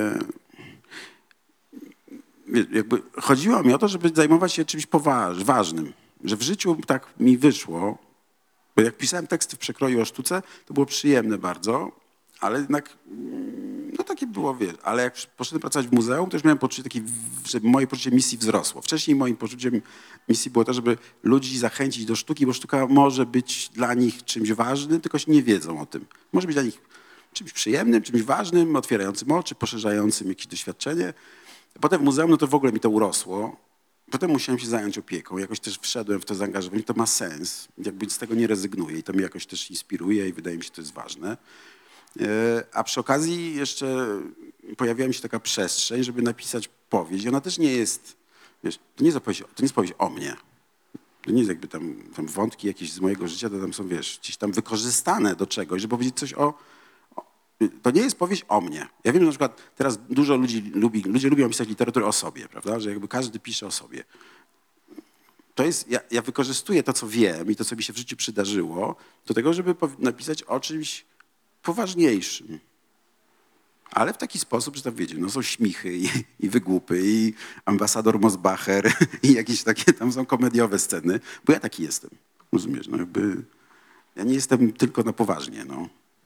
Wiesz, jakby chodziło mi o to, żeby zajmować się czymś poważ, ważnym, że w życiu tak mi wyszło, bo jak pisałem teksty w przekroju o sztuce, to było przyjemne bardzo, ale jednak, mm, no takie było, wiesz, ale jak poszedłem pracować w muzeum, to już miałem poczucie takie, że moje poczucie misji wzrosło. Wcześniej moim poczuciem misji było to, żeby ludzi zachęcić do sztuki, bo sztuka może być dla nich czymś ważnym, tylko nie wiedzą o tym. Może być dla nich czymś przyjemnym, czymś ważnym, otwierającym oczy, poszerzającym jakieś doświadczenie. Potem w muzeum, no to w ogóle mi to urosło. Potem musiałem się zająć opieką. Jakoś też wszedłem w to zaangażowanie. To ma sens. Jakby z tego nie rezygnuję i to mnie jakoś też inspiruje i wydaje mi się, że to jest ważne. A przy okazji jeszcze pojawiła mi się taka przestrzeń, żeby napisać powieść. I ona też nie jest, wiesz, to nie jest opowieść, to nie jest powieść o mnie. To nie jest jakby tam, tam wątki jakieś z mojego życia, to tam są, wiesz, gdzieś tam wykorzystane do czegoś, żeby powiedzieć coś o, o, to nie jest powieść o mnie. Ja wiem, że na przykład teraz dużo ludzi lubi, ludzie lubią pisać literaturę o sobie, prawda? Że jakby każdy pisze o sobie. To jest, ja, ja wykorzystuję to, co wiem i to, co mi się w życiu przydarzyło, do tego, żeby napisać o czymś poważniejszym. Ale w taki sposób, że tam wiecie, no są śmichy i, i wygłupy i ambasador Mosbacher i jakieś takie tam są komediowe sceny, bo ja taki jestem. Rozumiesz? No jakby ja nie jestem tylko na poważnie, no.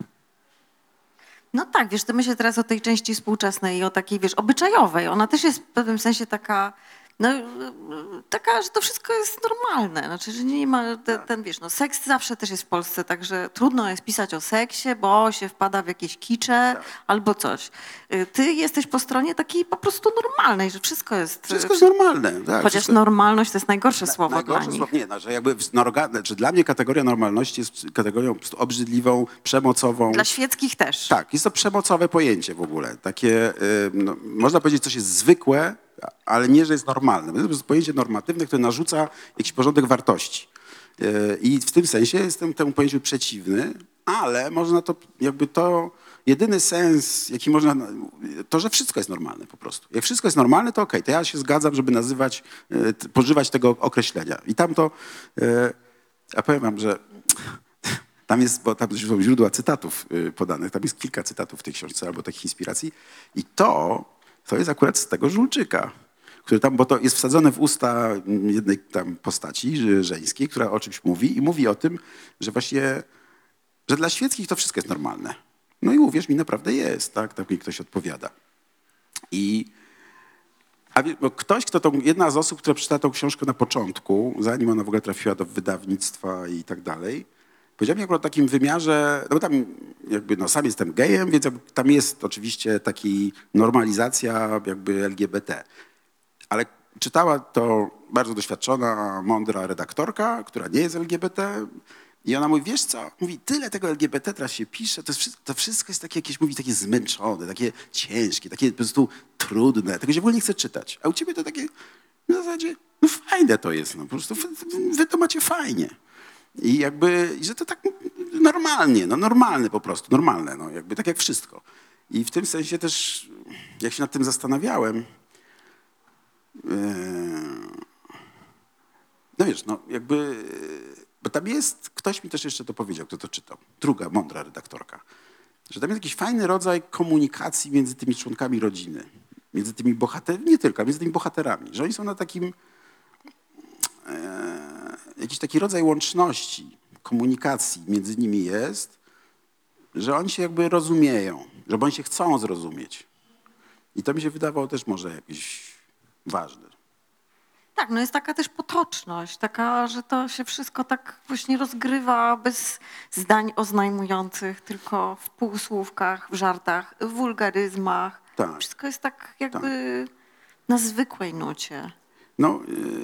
No tak, wiesz, to myślę teraz o tej części współczesnej i o takiej, wiesz, obyczajowej. Ona też jest w pewnym sensie taka, no, taka, że to wszystko jest normalne. Znaczy, że nie ma, ten, ten wiesz, no seks zawsze też jest w Polsce, także trudno jest pisać o seksie, bo się wpada w jakieś kicze albo coś. Ty jesteś po stronie takiej po prostu normalnej, że wszystko jest...
Wszystko jest normalne. Tak,
chociaż
wszystko...
normalność to jest najgorsze
Na,
słowo
najgorsze
dla nich.
słowo, nie, no, że jakby norga, że dla mnie kategoria normalności jest kategorią po prostu obrzydliwą, przemocową.
Dla świeckich też.
Tak, jest to przemocowe pojęcie w ogóle. Takie, y, no, można powiedzieć, coś jest zwykłe, ale nie, że jest normalne. To jest pojęcie normatywne, które narzuca jakiś porządek wartości. Y, I w tym sensie jestem temu pojęciu przeciwny, ale można to, jakby to, jedyny sens, jaki można, to, że wszystko jest normalne po prostu. Jak wszystko jest normalne, to okej, okay, to ja się zgadzam, żeby nazywać, y, pożywać tego określenia. I tam to, y, ja powiem wam, że tam jest, bo tam są źródła cytatów podanych, tam jest kilka cytatów w tej książce albo takich inspiracji i to, to jest akurat z tego Żulczyka, który tam, bo to jest wsadzone w usta jednej tam postaci żeńskiej, która o czymś mówi i mówi o tym, że właśnie, że dla świeckich to wszystko jest normalne. No i uwierz mi, naprawdę jest, tak? Tak mi ktoś odpowiada. I a wie, bo ktoś, kto tą, jedna z osób, która przeczytała tą książkę na początku, zanim ona w ogóle trafiła do wydawnictwa i tak dalej, powiedział mi akurat o takim wymiarze, no bo tam jakby, no sam jestem gejem, więc tam jest oczywiście taki normalizacja jakby L G B T. Ale czytała to bardzo doświadczona, mądra redaktorka, która nie jest L G B T i ona mówi, wiesz co, mówi, tyle tego L G B T teraz się pisze, to, jest, to wszystko jest takie jakieś, mówi, takie zmęczone, takie ciężkie, takie po prostu trudne, tego się w ogóle nie chce czytać. A u ciebie to takie w zasadzie, no fajne to jest, no po prostu wy, wy to macie fajnie. I jakby, że to tak normalnie, no normalne po prostu, normalne, no jakby tak jak wszystko. I w tym sensie też, jak się nad tym zastanawiałem, yy, no wiesz, no jakby, bo tam jest, ktoś mi też jeszcze to powiedział, kto to czytał, druga mądra redaktorka, że tam jest jakiś fajny rodzaj komunikacji między tymi członkami rodziny, między tymi bohaterami, nie tylko, między tymi bohaterami, że oni są na takim, yy, jakiś taki rodzaj łączności, komunikacji między nimi jest, że oni się jakby rozumieją, że oni się chcą zrozumieć. I to mi się wydawało też może jakieś ważne.
Tak, no jest taka też potoczność, taka, że to się wszystko tak właśnie rozgrywa bez zdań oznajmujących, tylko w półsłówkach, w żartach, w wulgaryzmach.
Tak.
Wszystko jest tak jakby tak. na zwykłej nucie.
No,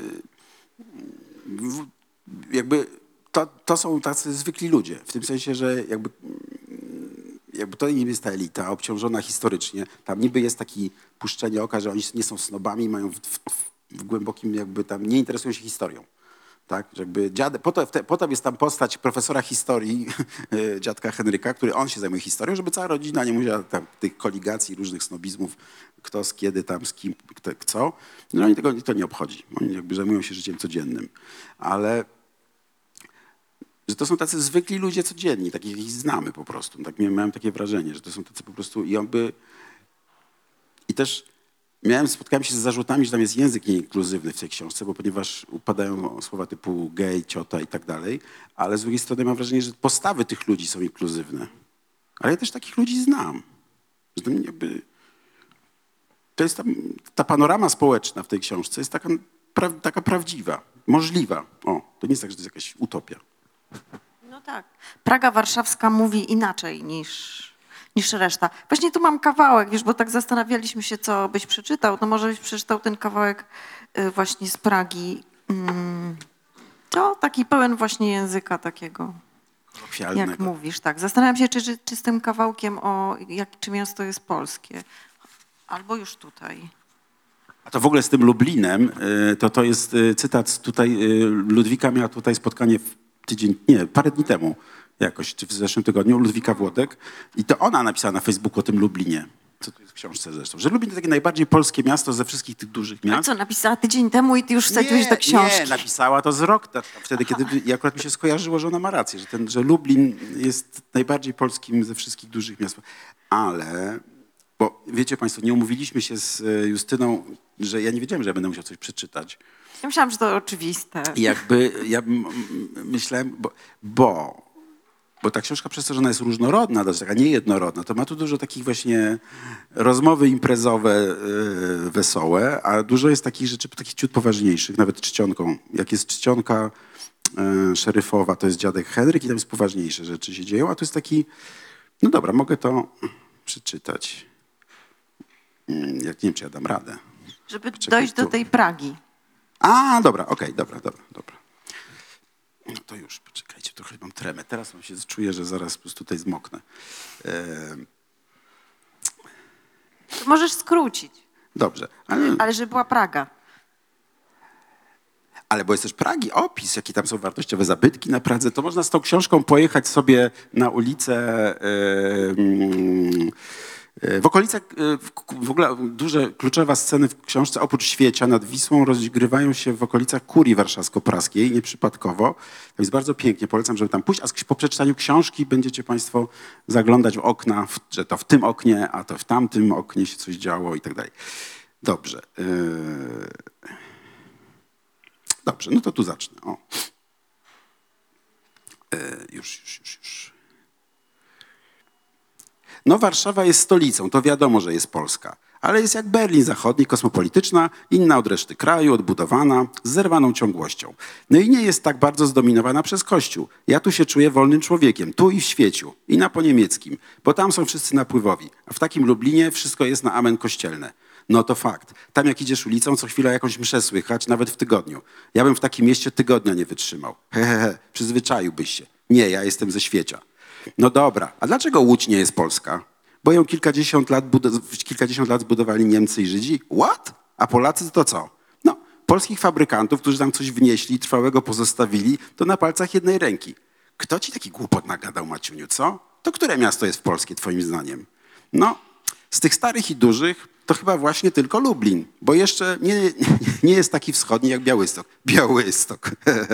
yy, jakby to, to są tacy zwykli ludzie, w tym sensie, że jakby, jakby to nie jest ta elita obciążona historycznie. Tam niby jest taki puszczenie oka, że oni nie są snobami, mają w, w, w głębokim jakby tam, nie interesują się historią. Tak? Że jakby dziad, potem, potem jest tam postać profesora historii, dziadka Henryka, który on się zajmuje historią, żeby cała rodzina nie musiała tam tych koligacji, różnych snobizmów, kto z kiedy tam, z kim, kto, co. No oni tego to nie obchodzi. Oni jakby zajmują się życiem codziennym. Ale że to są tacy zwykli ludzie codzienni, takich ich znamy po prostu. Tak miałem takie wrażenie, że to są tacy po prostu i on by... I też miałem, spotkałem się z zarzutami, że tam jest język nieinkluzywny w tej książce, bo ponieważ upadają słowa typu gej, ciota i tak dalej, ale z drugiej strony mam wrażenie, że postawy tych ludzi są inkluzywne. Ale ja też takich ludzi znam. Że to jakby... To jest tam, ta panorama społeczna w tej książce jest taka, pra, taka prawdziwa, możliwa. O, to nie jest tak, że to jest jakaś utopia.
No tak. Praga warszawska mówi inaczej niż, niż reszta. Właśnie tu mam kawałek, wiesz, bo tak zastanawialiśmy się, co byś przeczytał. No może byś przeczytał ten kawałek właśnie z Pragi. To taki pełen właśnie języka takiego, jak mówisz. Tak. Zastanawiam się, czy, czy, czy z tym kawałkiem o jak, czy miasto jest polskie. Albo już tutaj.
A to w ogóle z tym Lublinem, to to jest cytat tutaj, Ludwika miała tutaj spotkanie w tydzień, nie, parę dni temu jakoś, czy w zeszłym tygodniu, Ludwika Włodek. I to ona napisała na Facebooku o tym Lublinie. Co tu jest w książce zresztą? Że Lublin to takie najbardziej polskie miasto ze wszystkich tych dużych
A
miast.
co, napisała tydzień temu i ty już wsadziłeś do książki?
Nie, napisała to z rok tam, wtedy, kiedy i akurat mi się skojarzyło, że ona ma rację, że, ten, że Lublin jest najbardziej polskim ze wszystkich dużych miast. Ale, bo wiecie państwo, nie umówiliśmy się z Justyną, że ja nie wiedziałem, że ja będę musiał coś przeczytać.
Ja myślałam, że to oczywiste.
I jakby, ja m- myślałem, bo, bo, bo ta książka przez to, że ona jest różnorodna, dość taka niejednorodna, to ma tu dużo takich właśnie rozmowy imprezowe, yy, wesołe, a dużo jest takich rzeczy, takich ciut poważniejszych, nawet czcionką. Jak jest czcionka yy, szeryfowa, to jest dziadek Henryk i tam jest poważniejsze rzeczy się dzieją, a to jest taki, no dobra, mogę to przeczytać. Yy, jak nie wiem, czy ja dam radę.
Żeby
Czekaj,
dojść do
tu.
tej Pragi.
A, dobra, okej, dobra, dobra, dobra. No to już, poczekajcie, trochę mam tremę. Teraz mam się czuję, że zaraz po prostu tutaj zmoknę. E,
To możesz skrócić,
dobrze, ale,
ale żeby była Praga.
ale bo jest też Pragi, opis, jakie tam są wartościowe zabytki na Pradze, to można z tą książką pojechać sobie na ulicę e, mm, w okolicach, w ogóle duże, kluczowe sceny w książce, oprócz Świecia nad Wisłą, rozgrywają się w okolicach Kurii Warszawsko-Praskiej, nieprzypadkowo. To jest bardzo pięknie, polecam, żeby tam pójść, a po przeczytaniu książki będziecie państwo zaglądać w okna, w, że to w tym oknie, a to w tamtym oknie się coś działo i tak dalej. Dobrze. Yy... Dobrze, no to tu zacznę. O. Yy, już, już, już, już. No Warszawa jest stolicą, to wiadomo, że jest Polska, ale jest jak Berlin Zachodni, kosmopolityczna, inna od reszty kraju, odbudowana, z zerwaną ciągłością. No i nie jest tak bardzo zdominowana przez Kościół. Ja tu się czuję wolnym człowiekiem, tu i w świeciu, i na po niemieckim, bo tam są wszyscy napływowi, a w takim Lublinie wszystko jest na amen kościelne. No to fakt. Tam jak idziesz ulicą, co chwila jakąś mszę słychać, nawet w tygodniu. Ja bym w takim mieście tygodnia nie wytrzymał. Hehehe, he, he. Przyzwyczaiłbyś się. Nie, ja jestem ze świecia. No dobra, a dlaczego Łódź nie jest Polska? Bo ją kilkadziesiąt lat, bud- kilkadziesiąt lat zbudowali Niemcy i Żydzi? What? A Polacy to co? No, polskich fabrykantów, którzy tam coś wnieśli, trwałego pozostawili, to na palcach jednej ręki. Kto ci taki głupot nagadał, Maciuniu, co? To które miasto jest polskie, twoim zdaniem? No, z tych starych i dużych to chyba właśnie tylko Lublin, bo jeszcze nie, nie jest taki wschodni jak Białystok. Białystok.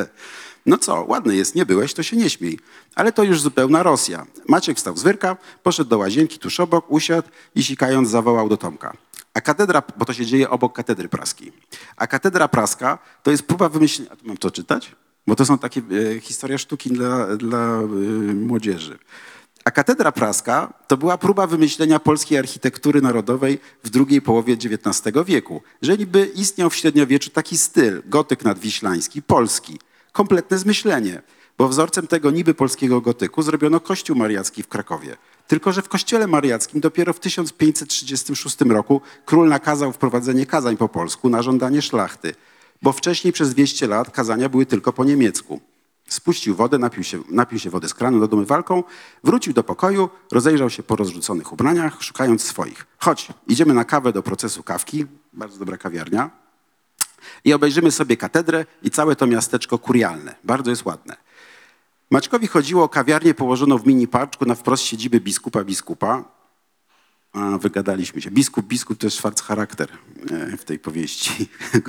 No co, ładny jest, nie byłeś, to się nie śmiej. Ale to już zupełna Rosja. Maciek wstał z wyrka, poszedł do łazienki tuż obok, usiadł i sikając zawołał do Tomka. A katedra, bo to się dzieje obok katedry praskiej. A katedra praska to jest próba wymyślenia... A tu mam to czytać? Bo to są takie e, historie sztuki dla, dla e, młodzieży. A katedra praska to była próba wymyślenia polskiej architektury narodowej w drugiej połowie dziewiętnastego wieku. Że niby istniał w średniowieczu taki styl, gotyk nadwiślański, polski. Kompletne zmyślenie, bo wzorcem tego niby polskiego gotyku zrobiono Kościół Mariacki w Krakowie. Tylko że w Kościele Mariackim dopiero w tysiąc pięćset trzydziestym szóstym roku król nakazał wprowadzenie kazań po polsku na żądanie szlachty, bo wcześniej przez dwieście lat kazania były tylko po niemiecku. Spuścił wodę, napił się, napił się wody z kranu nad umywalką, wrócił do pokoju, rozejrzał się po rozrzuconych ubraniach, szukając swoich. Chodź, idziemy na kawę do procesu kawki, bardzo dobra kawiarnia, i obejrzymy sobie katedrę i całe to miasteczko kurialne. Bardzo jest ładne. Maćkowi chodziło o kawiarnię położoną w mini parczku na wprost siedziby biskupa biskupa. A, wygadaliśmy się. Biskup, biskup to jest Schwarzcharakter w tej powieści.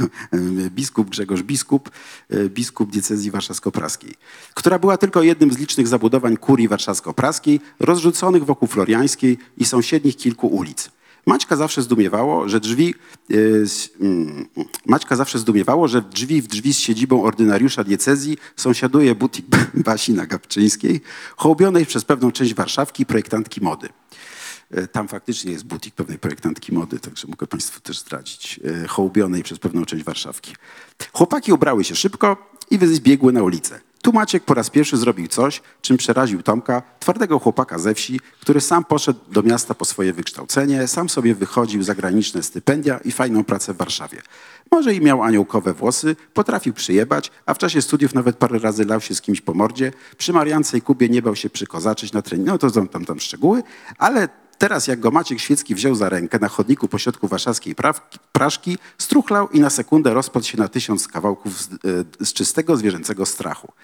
Biskup Grzegorz Biskup, biskup diecezji warszawsko-praskiej, która była tylko jednym z licznych zabudowań kurii warszawsko-praskiej, rozrzuconych wokół Floriańskiej i sąsiednich kilku ulic. Maćka zawsze zdumiewało, że drzwi, yy, Maćka zawsze zdumiewało, że drzwi w drzwi z siedzibą ordynariusza diecezji sąsiaduje butik Basi na Gabczyńskiej, hołbionej przez pewną część Warszawki projektantki mody. Tam faktycznie jest butik pewnej projektantki mody, także mogę państwu też zdradzić. Hołbionej przez pewną część Warszawki. Chłopaki ubrały się szybko i zbiegły na ulicę. Tu Maciek po raz pierwszy zrobił coś, czym przeraził Tomka, twardego chłopaka ze wsi, który sam poszedł do miasta po swoje wykształcenie, sam sobie wychodził zagraniczne stypendia i fajną pracę w Warszawie. Może i miał aniołkowe włosy, potrafił przyjebać, a w czasie studiów nawet parę razy lał się z kimś po mordzie. Przy Mariance i Kubie nie bał się przykozaczyć na trening. No to są tam, tam szczegóły, ale teraz jak go Maciek Świecki wziął za rękę na chodniku pośrodku warszawskiej prawki, Praszki, struchlał i na sekundę rozpadł się na tysiąc kawałków z, z czystego zwierzęcego strachu.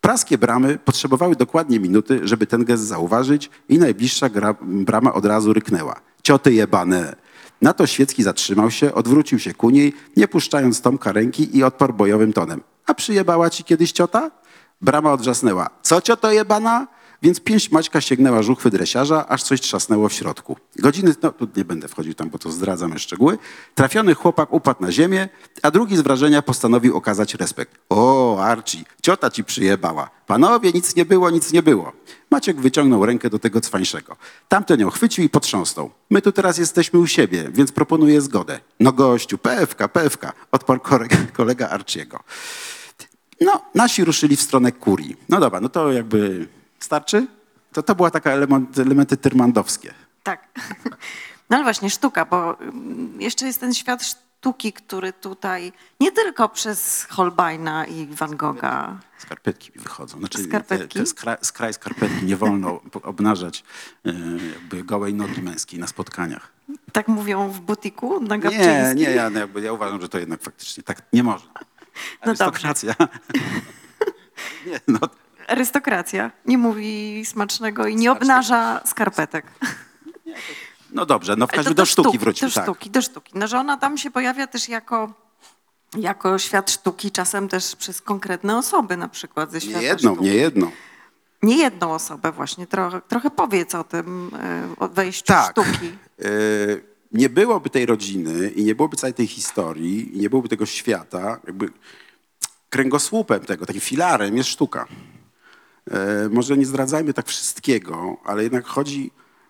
Praskie bramy potrzebowały dokładnie minuty, żeby ten gest zauważyć i najbliższa gra, brama od razu ryknęła. Cioty jebane. Na to Świecki zatrzymał się, odwrócił się ku niej, nie puszczając Tomka ręki i odparł bojowym tonem. A przyjebała ci kiedyś ciota? Brama odrzasnęła. Co cioto jebana? Więc pięść Maćka sięgnęła żuchwy dresiarza, aż coś trzasnęło w środku. Godziny, no tu nie będę wchodził tam, bo to zdradzamy szczegóły. Trafiony chłopak upadł na ziemię, a drugi z wrażenia postanowił okazać respekt. O, Archie, ciota ci przyjebała. Panowie, nic nie było, nic nie było. Maciek wyciągnął rękę do tego cwańszego. Tamten ją chwycił i potrząsnął. My tu teraz jesteśmy u siebie, więc proponuję zgodę. No gościu, P F K, P F K, odparł kolega Archiego. No, nasi ruszyli w stronę kurii. No dobra, no to jakby... Starczy? To to była taka element, elementy tyrmandowskie.
Tak. No ale właśnie sztuka, bo mm, jeszcze jest ten świat sztuki, który tutaj nie tylko przez Holbeina i Van Gogha.
Skarpetki mi wychodzą. Znaczy,
Skarpetki?
Te, te skra, skraj skarpetki nie wolno obnażać e, jakby gołej nogi męskiej na spotkaniach.
Tak mówią w butiku na
Nie,
Gabczyńskiej?
nie, ja, jakby, ja uważam, że to jednak faktycznie tak nie można.
No
Arystokracja. nie, no.
Arystokracja nie mówi smacznego i nie obnaża skarpetek.
no dobrze, no w
Ale
każdym
to
do sztuki
sztuki,
wróćmy.
Do
tak.
sztuki, do sztuki. No, że ona tam się pojawia też jako, jako świat sztuki, czasem też przez konkretne osoby na przykład ze świata
Nie jedną,
sztuki.
nie jedną.
Nie jedną osobę właśnie. Trochę, trochę powiedz o tym, e, o wejściu
Tak.
sztuki.
E, nie byłoby tej rodziny i nie byłoby całej tej historii i nie byłoby tego świata, jakby kręgosłupem tego, takim filarem jest sztuka. E, może nie zdradzajmy tak wszystkiego, ale jednak chodzi,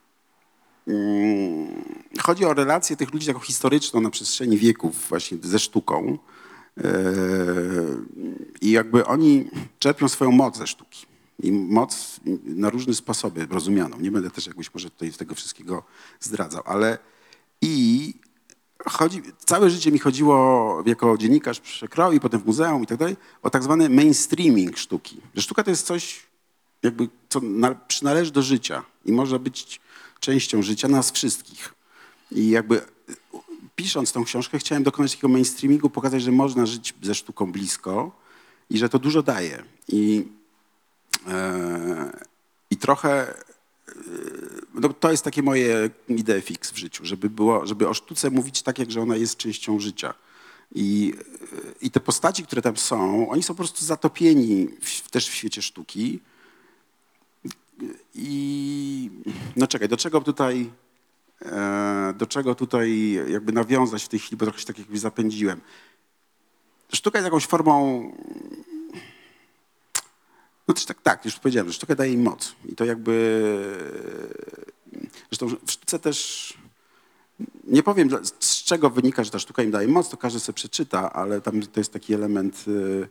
mm, chodzi o relację tych ludzi taką historyczną na przestrzeni wieków właśnie ze sztuką. E, I jakby oni czerpią swoją moc ze sztuki. I moc na różne sposoby rozumianą. Nie będę też jakbyś może tutaj z tego wszystkiego zdradzał, ale i chodzi, całe życie mi chodziło jako dziennikarz przekroju, potem w muzeum i tak dalej, o tak zwany mainstreaming sztuki. Że sztuka to jest coś, jakby, co na, przynależy do życia i może być częścią życia nas wszystkich. I jakby pisząc tą książkę chciałem dokonać takiego mainstreamingu, pokazać, że można żyć ze sztuką blisko i że to dużo daje. I, e, i trochę no, to jest takie moje idee fix w życiu, żeby, było, żeby o sztuce mówić tak, jak że ona jest częścią życia. I, i te postaci, które tam są, oni są po prostu zatopieni w, też w świecie sztuki. I no czekaj, do czego tutaj, e, do czego tutaj jakby nawiązać w tej chwili, bo trochę się tak jakby zapędziłem. Sztuka jest jakąś formą... No też tak, tak, już powiedziałem, że sztuka daje im moc. I to jakby... Zresztą w sztuce też... Nie powiem, z czego wynika, że ta sztuka im daje moc, to każdy sobie przeczyta, ale tam to jest taki element...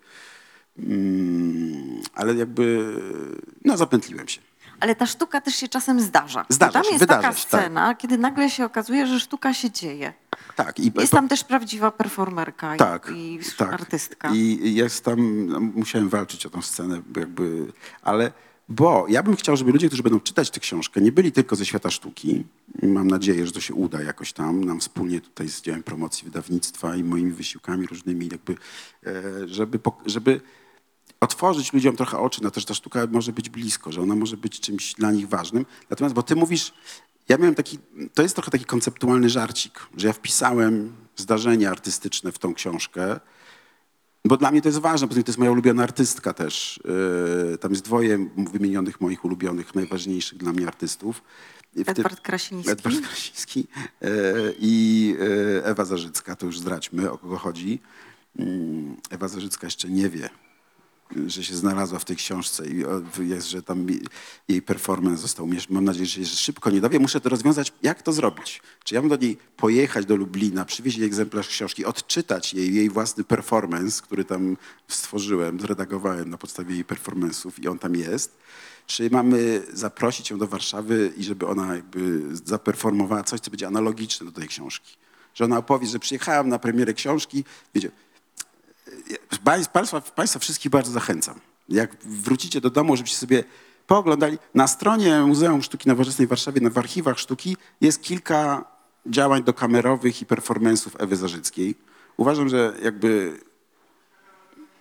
Mm, ale jakby... No zapętliłem się.
Ale ta sztuka też się czasem zdarza.
Zdarza
tam
się,
jest
wydarza
taka
się, tak.
scena, kiedy nagle się okazuje, że sztuka się dzieje.
Tak. I,
Jest tam też prawdziwa performerka
tak,
i, i
tak.
artystka.
I jest tam, no, musiałem walczyć o tę scenę, jakby, ale, bo ja bym chciał, żeby ludzie, którzy będą czytać tę książkę, nie byli tylko ze świata sztuki. Mam nadzieję, że to się uda jakoś tam, nam wspólnie tutaj z działem promocji wydawnictwa i moimi wysiłkami różnymi, jakby, żeby, żeby otworzyć ludziom trochę oczy na to, że ta sztuka może być blisko, że ona może być czymś dla nich ważnym. Natomiast, bo ty mówisz, ja miałem taki, to jest trochę taki konceptualny żarcik, że ja wpisałem zdarzenia artystyczne w tą książkę, bo dla mnie to jest ważne, bo to jest moja ulubiona artystka też. Yy, tam jest dwoje wymienionych moich ulubionych, najważniejszych dla mnie artystów.
Edward Krasiński.
Edward Krasiński yy, i yy, Ewa Zarzycka, to już zdradźmy, o kogo chodzi. Yy, Ewa Zarzycka jeszcze nie wie, że się znalazła w tej książce i jest, że tam jej performance został umieszczony. Mam nadzieję, że się stszybko nie dowie. Muszę to rozwiązać. Jak to zrobić? Czy ja mam do niej pojechać do Lublina, przywieźć jej egzemplarz książki, odczytać jej, jej własny performance, który tam stworzyłem, zredagowałem na podstawie jej performance'ów i on tam jest? Czy mamy zaprosić ją do Warszawy i żeby ona jakby zaperformowała coś, co będzie analogiczne do tej książki? Że ona opowie, że przyjechałam na premierę książki, wiecie, Państwa, Państwa wszystkich bardzo zachęcam. Jak wrócicie do domu, żebyście sobie pooglądali. Na stronie Muzeum Sztuki Nowoczesnej w Warszawie, w archiwach sztuki jest kilka działań dokamerowych i performance'ów Ewy Zarzyckiej. Uważam, że jakby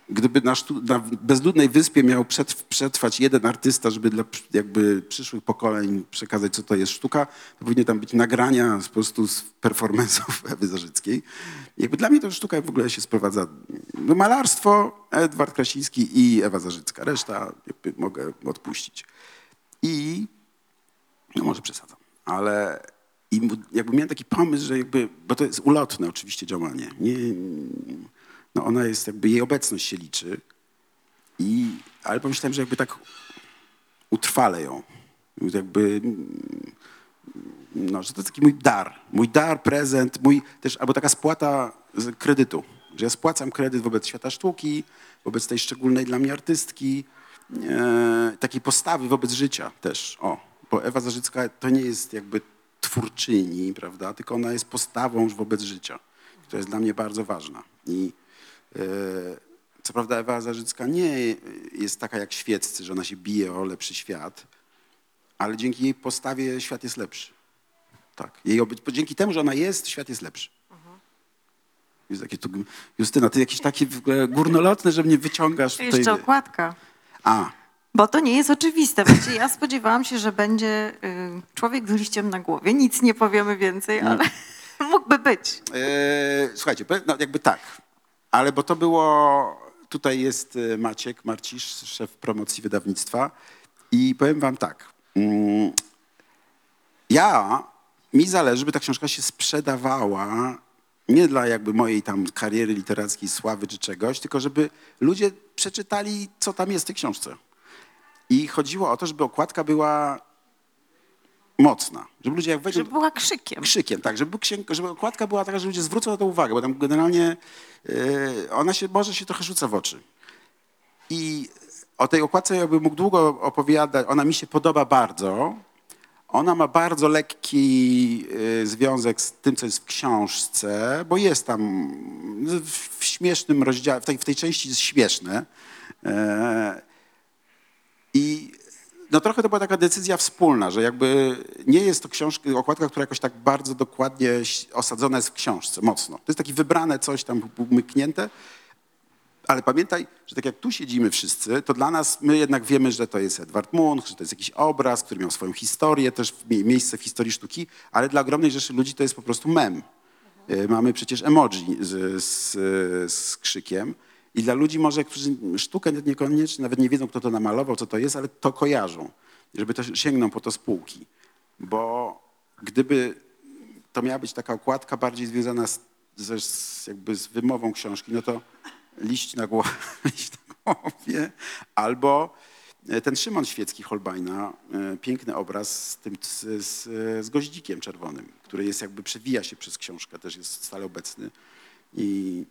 gdyby na, sztu, na bezludnej wyspie miał przetw, przetrwać jeden artysta, żeby dla jakby przyszłych pokoleń przekazać, co to jest sztuka, to powinny tam być nagrania po prostu z performance'ów Ewy Zarzyckiej. Jakby dla mnie to sztuka w ogóle się sprowadza no malarstwo, Edward Krasiński i Ewa Zarzycka. Reszta jakby mogę odpuścić. I no może przesadzam, ale i jakby miałem taki pomysł, że jakby, bo to jest ulotne oczywiście działanie. Nie, no ona jest jakby, jej obecność się liczy. I, ale pomyślałem, że jakby tak utrwalę ją. Jakby, no, że to jest taki mój dar. Mój dar, prezent, mój też, albo taka spłata z kredytu. Że ja spłacam kredyt wobec świata sztuki, wobec tej szczególnej dla mnie artystki, e, takiej postawy wobec życia też. O, bo Ewa Zarzycka to nie jest jakby twórczyni, prawda, tylko ona jest postawą już wobec życia, która jest dla mnie bardzo ważna. I e, co prawda Ewa Zarzycka nie jest taka jak świeccy, że ona się bije o lepszy świat, ale dzięki jej postawie świat jest lepszy. Tak. Jej oby... Dzięki temu, że ona jest, świat jest lepszy. Mhm. Jest takie tu... Justyna, ty jakieś takie w ogóle górnolotne, że mnie wyciągasz tutaj.
Jeszcze okładka.
A.
Bo to nie jest oczywiste. Właściwie ja spodziewałam się, że będzie y, człowiek z liściem na głowie. Nic nie powiemy więcej, ale no. mógłby być.
E, słuchajcie, no jakby tak. Ale bo to było... Tutaj jest Maciek Marcisz, szef promocji wydawnictwa. I powiem wam tak. Mm, ja, mi zależy, żeby ta książka się sprzedawała nie dla jakby mojej tam kariery literackiej, sławy czy czegoś, tylko żeby ludzie przeczytali, co tam jest w tej książce. I chodziło o to, żeby okładka była mocna. Żeby ludzie jak wejdą...
Żeby była krzykiem.
Krzykiem, tak. Żeby, księg... żeby okładka była taka, że ludzie zwrócą na to uwagę, bo tam generalnie yy, ona się, może się trochę rzuca w oczy. I o tej okładce jakby mógł długo opowiadać. Ona mi się podoba bardzo. Ona ma bardzo lekki y, związek z tym, co jest w książce, bo jest tam w śmiesznym rozdziale, w tej, w tej części jest śmieszne. E, I no trochę to była taka decyzja wspólna, że jakby nie jest to książka, okładka, która jakoś tak bardzo dokładnie osadzona jest w książce, mocno. To jest takie wybrane coś tam umyknięte. Ale pamiętaj, że tak jak tu siedzimy wszyscy, to dla nas, my jednak wiemy, że to jest Edward Munch, że to jest jakiś obraz, który miał swoją historię, też miejsce w historii sztuki, ale dla ogromnej rzeszy ludzi to jest po prostu mem. Mhm. Mamy przecież emoji z, z, z krzykiem i dla ludzi może, którzy sztukę niekoniecznie, nawet nie wiedzą, kto to namalował, co to jest, ale to kojarzą, żeby to sięgną po to spółki. Bo gdyby to miała być taka okładka bardziej związana z, z, jakby z wymową książki, no to liść na głowie, liść na głowie, albo ten Szymon Świecki Holbeina, piękny obraz z tym z, z, z goździkiem czerwonym, który jest jakby przewija się przez książkę, też jest stale obecny. I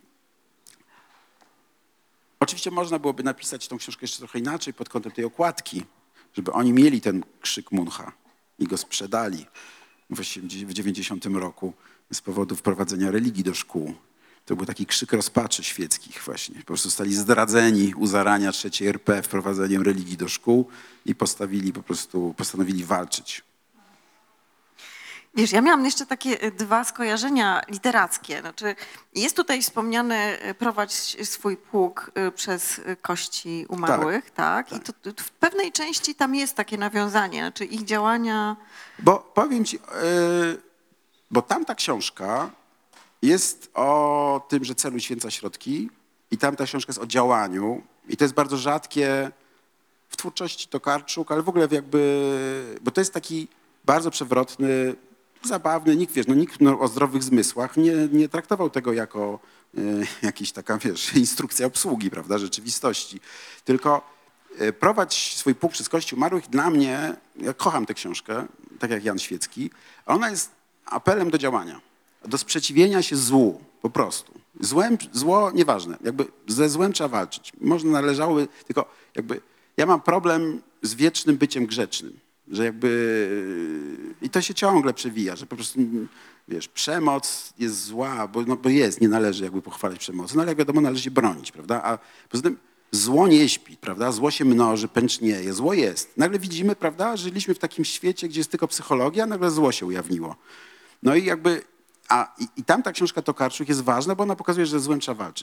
oczywiście można byłoby napisać tą książkę jeszcze trochę inaczej pod kątem tej okładki, żeby oni mieli ten krzyk Muncha i go sprzedali w dziewięćdziesiątym roku z powodu wprowadzenia religii do szkół. To był taki krzyk rozpaczy świeckich właśnie. Po prostu zostali zdradzeni u zarania trzeciej R P wprowadzeniem religii do szkół i postawili po prostu, postanowili walczyć.
Wiesz, ja miałam jeszcze takie dwa skojarzenia literackie. Znaczy, jest tutaj wspomniane prowadź swój pług przez kości umarłych, tak? tak? I to, to w pewnej części tam jest takie nawiązanie, znaczy ich działania...
Bo powiem ci, yy, bo tamta książka jest o tym, że cel uświęca środki i tamta książka jest o działaniu i to jest bardzo rzadkie w twórczości Tokarczuk, ale w ogóle jakby, bo to jest taki bardzo przewrotny, zabawny, nikt, wiesz, no nikt no, o zdrowych zmysłach nie, nie traktował tego jako y, jakaś taka, wiesz, instrukcja obsługi, prawda, rzeczywistości. Tylko y, prowadź swój pług przez kości umarłych dla mnie, ja kocham tę książkę, tak jak Jan Świecki, a ona jest apelem do działania, do sprzeciwienia się złu, po prostu. Złem, zło nieważne, jakby ze złem trzeba walczyć. Można należałoby, tylko jakby ja mam problem z wiecznym byciem grzecznym. Że jakby i to się ciągle przewija, że po prostu, wiesz, przemoc jest zła, bo, no, bo jest, nie należy jakby pochwalać przemocy, no ale jak wiadomo, należy się bronić, prawda? A poza tym zło nie śpi, prawda? Zło się mnoży, pęcznieje, zło jest. Nagle widzimy, prawda, żyliśmy w takim świecie, gdzie jest tylko psychologia, a nagle zło się ujawniło. No i jakby, a i, i tamta książka Tokarczuk jest ważna, bo ona pokazuje, że ze złem trzeba walczyć.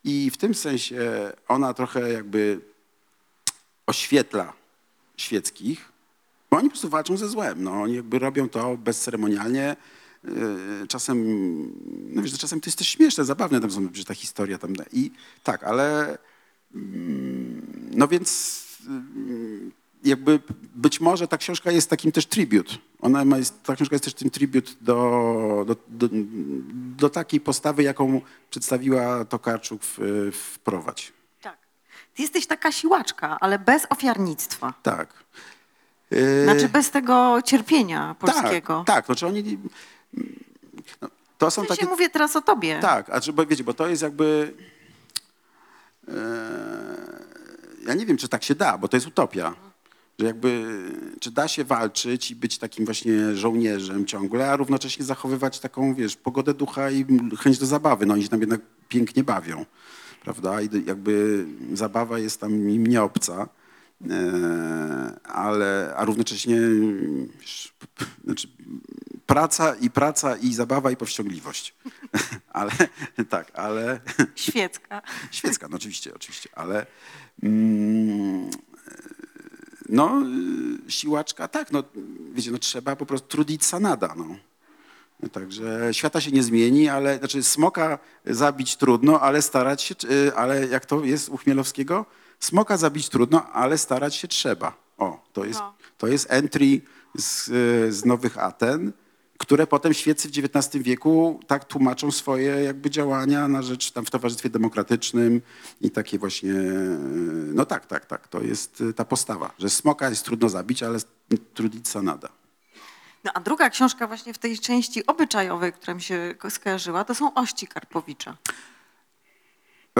I w tym sensie ona trochę jakby oświetla świeckich, bo oni po prostu walczą ze złem. No, oni jakby robią to bezceremonialnie. Yy, Czasem, no wiesz, czasem to jest też śmieszne, zabawne, tam są, że ta historia tam. I tak, ale mm, no więc yy, jakby być może ta książka jest takim też tribute. Ona ma, jest, ta książka jest też tym tribute do, do, do, do takiej postawy, jaką przedstawiła Tokarczuk w, w Prowadź.
Tak. Ty jesteś taka siłaczka, ale bez ofiarnictwa.
Tak. Yy,
Znaczy bez tego cierpienia polskiego.
Tak, tak. Znaczy oni, no, to są
W sensie
takie...
mówię teraz o tobie.
Tak, a czy, bo wiecie, bo to jest jakby... E, ja nie wiem, czy tak się da, bo to jest utopia. Że jakby, czy da się walczyć i być takim właśnie żołnierzem ciągle, a równocześnie zachowywać taką, wiesz, pogodę ducha i chęć do zabawy. No oni się tam jednak pięknie bawią, prawda? I jakby zabawa jest tam im nie obca. E, ale, a równocześnie wiesz, p- p- znaczy, praca i praca i zabawa i powściągliwość. Ale tak, ale
Świecka.
świecka, no oczywiście, oczywiście, ale mm, no y, siłaczka, tak, no wiecie, no trzeba po prostu trudica nada, no. Także świata się nie zmieni, ale znaczy smoka zabić trudno, ale starać się, y, ale jak to jest u Chmielowskiego? Smoka zabić trudno, ale starać się trzeba. O, to jest,
No.
to jest entry z, y, z Nowych Aten, które potem świeccy w dziewiętnastym wieku tak tłumaczą swoje jakby działania na rzecz tam w Towarzystwie Demokratycznym i takie właśnie, y, no tak, tak, tak, to jest y, ta postawa, że smoka jest trudno zabić, ale trudica nada.
No a druga książka właśnie w tej części obyczajowej, która mi się ko- skojarzyła, to są Ości Karpowicza.
Eee,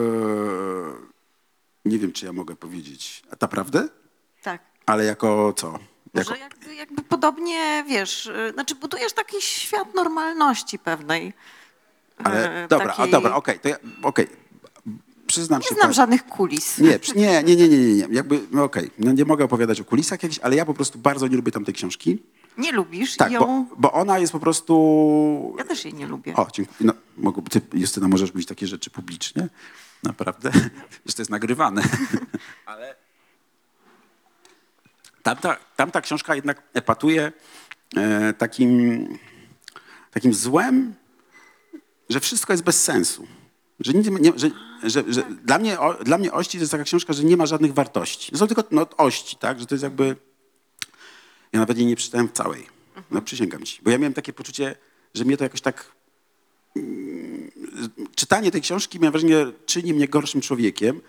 nie wiem, czy ja mogę powiedzieć. A naprawdę?
Tak.
Ale jako co? Jako...
Że jakby, jakby podobnie, wiesz, y, znaczy budujesz taki świat normalności pewnej.
Ale
y,
dobra,
takiej-
a dobra, okej, to ja, okej. Przyznam się.
Nie znam
tak-
żadnych kulis.
Nie, przy- nie, nie, nie, nie, nie, nie. Jakby, no okej, no nie mogę opowiadać o kulisach jakichś, ale ja po prostu bardzo nie lubię tamtej książki.
Nie lubisz
Tak,
ją...
bo, bo ona jest po prostu...
Ja też jej nie lubię.
O, dziękuję. No, mogę, ty, Justyna, możesz mówić takie rzeczy publicznie? Naprawdę? Że to jest nagrywane. Ale tamta, tamta książka jednak epatuje e, takim, takim złem, że wszystko jest bez sensu. Że, nie, nie, że, że, że dla, mnie, o, dla mnie Ości to jest taka książka, że nie ma żadnych wartości. To są tylko no, ości, tak? Że to jest jakby... Ja nawet jej nie przeczytałem w całej. No przysięgam ci. Bo ja miałem takie poczucie, że mnie to jakoś tak... mm, Czytanie tej książki, miałem wrażenie, czyni mnie gorszym człowiekiem.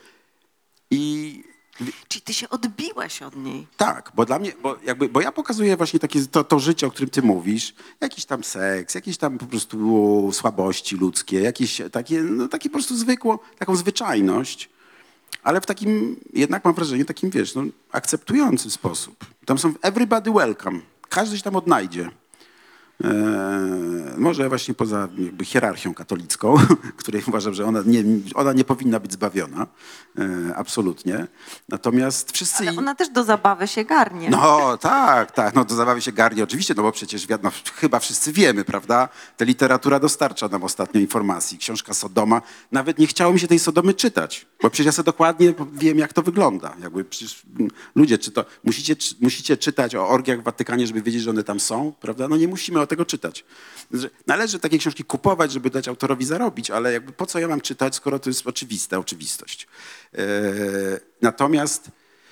I
Czyli ty się odbiłeś od niej.
tak, bo dla mnie, bo, jakby, bo ja pokazuję właśnie takie to, to życie, o którym ty mówisz, jakiś tam seks, jakieś tam po prostu słabości ludzkie, jakieś takie, no takie po prostu zwykłą, taką zwyczajność, ale w takim, jednak mam wrażenie, takim, wiesz, no, akceptujący sposób. Tam są everybody welcome, każdy się tam odnajdzie. Eee, może właśnie poza jakby hierarchią katolicką, której uważam, że ona nie, ona nie powinna być zbawiona, eee, absolutnie. Natomiast wszyscy...
Ale ona też do zabawy się garnie.
No tak, tak, no do zabawy się garnie oczywiście, no bo przecież wiadomo, chyba wszyscy wiemy, prawda? Ta literatura dostarcza nam ostatnio informacji. Książka Sodoma, nawet nie chciało mi się tej Sodomy czytać, bo przecież ja sobie dokładnie wiem, jak to wygląda. Jakby przecież mm, ludzie, czy to musicie, czy, musicie czytać o orgiach w Watykanie, żeby wiedzieć, że one tam są, prawda? No nie musimy o tego czytać. Że Należy takie książki kupować, żeby dać autorowi zarobić, ale jakby po co ja mam czytać, skoro to jest oczywista oczywistość. Eee, natomiast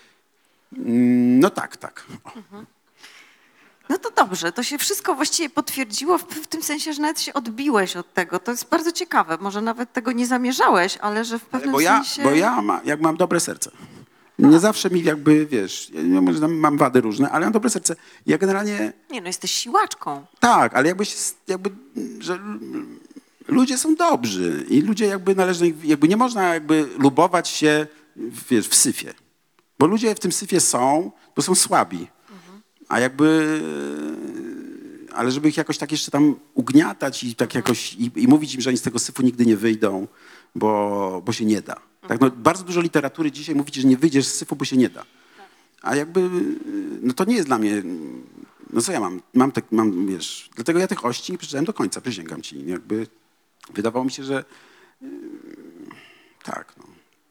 mm, no tak, tak. O.
No to dobrze, to się wszystko właściwie potwierdziło w, w tym sensie, że nawet się odbiłeś od tego. To jest bardzo ciekawe. Może nawet tego nie zamierzałeś, ale że w pewnym
Bo ja,
sensie...
bo ja ma, jak mam dobre serce. Nie zawsze mi jakby, wiesz, ja może tam mam wady różne, ale mam dobre serce. Ja generalnie,
Nie no, jesteś siłaczką.
tak, ale jakby, się, jakby że ludzie są dobrzy i ludzie jakby należy, jakby nie można jakby lubować się, wiesz, w syfie. Bo ludzie w tym syfie są, bo są słabi. A jakby, ale żeby ich jakoś tak jeszcze tam ugniatać i tak jakoś, i, i mówić im, że oni z tego syfu nigdy nie wyjdą, bo, bo się nie da. Tak, no, bardzo dużo literatury dzisiaj mówicie, że nie wyjdziesz z syfu, bo się nie da. A jakby, no to nie jest dla mnie, no co ja mam, mam, te, mam wiesz, dlatego ja tych ości nie przeczytałem do końca, przysięgam ci. Jakby wydawało mi się, że Tak, no.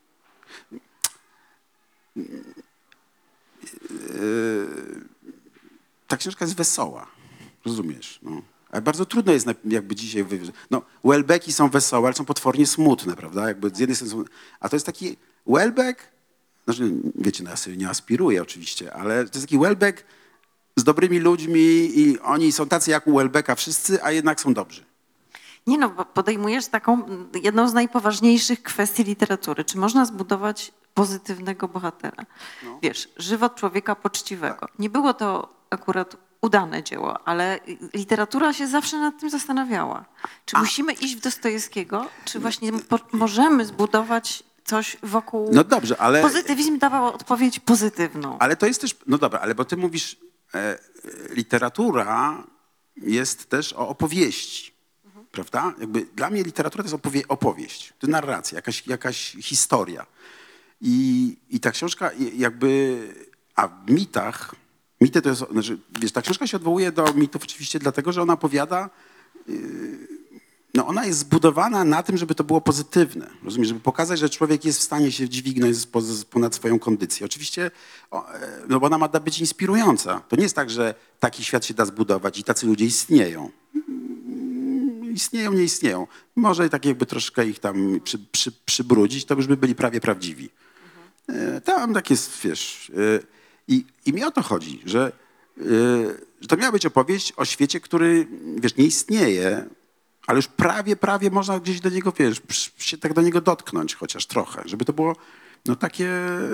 Ta książka jest wesoła, rozumiesz? No. Ale bardzo trudno jest jakby dzisiaj... Wy... No, Welbecki są wesołe, ale są potwornie smutne, prawda? Jakby z jednej strony są... A to jest taki Welbeck, znaczy, wiecie, no ja sobie nie aspiruję oczywiście, ale to jest taki Welbeck z dobrymi ludźmi i oni są tacy jak u Welbecka wszyscy, a jednak są dobrzy.
Nie no, bo podejmujesz taką jedną z najpoważniejszych kwestii literatury. Czy można zbudować pozytywnego bohatera?
No.
Wiesz, żywot człowieka poczciwego. Nie było to akurat udane dzieło, ale literatura się zawsze nad tym zastanawiała. Czy
A.
musimy iść w Dostojewskiego, czy właśnie po, możemy zbudować coś wokół...
No dobrze, ale...
Pozytywizm dawał odpowiedź pozytywną.
Ale to jest też... No dobra, ale bo ty mówisz, e, literatura jest też o opowieści. Mhm. Prawda? Jakby dla mnie literatura to jest opowie opowieść, to narracja, jakaś, jakaś historia. I, I ta książka jakby... A w mitach... Mity to jest... Znaczy, wiesz, ta książka się odwołuje do mitów oczywiście dlatego, że ona opowiada... Yy, no ona jest zbudowana na tym, żeby to było pozytywne. Rozumiesz? Żeby pokazać, że człowiek jest w stanie się dźwignąć ponad swoją kondycję. Oczywiście, no bo ona ma być inspirująca. To nie jest tak, że taki świat się da zbudować i tacy ludzie istnieją. Istnieją, nie istnieją. Może tak jakby troszkę ich tam przy, przy, przybrudzić, to już by byli prawie prawdziwi. Mhm. Tam tak jest, wiesz... I, i mi o to chodzi, że, że to miała być opowieść o świecie, który, wiesz, nie istnieje, ale już prawie, prawie można gdzieś do niego, wiesz, się tak do niego dotknąć chociaż trochę, żeby to było no takie...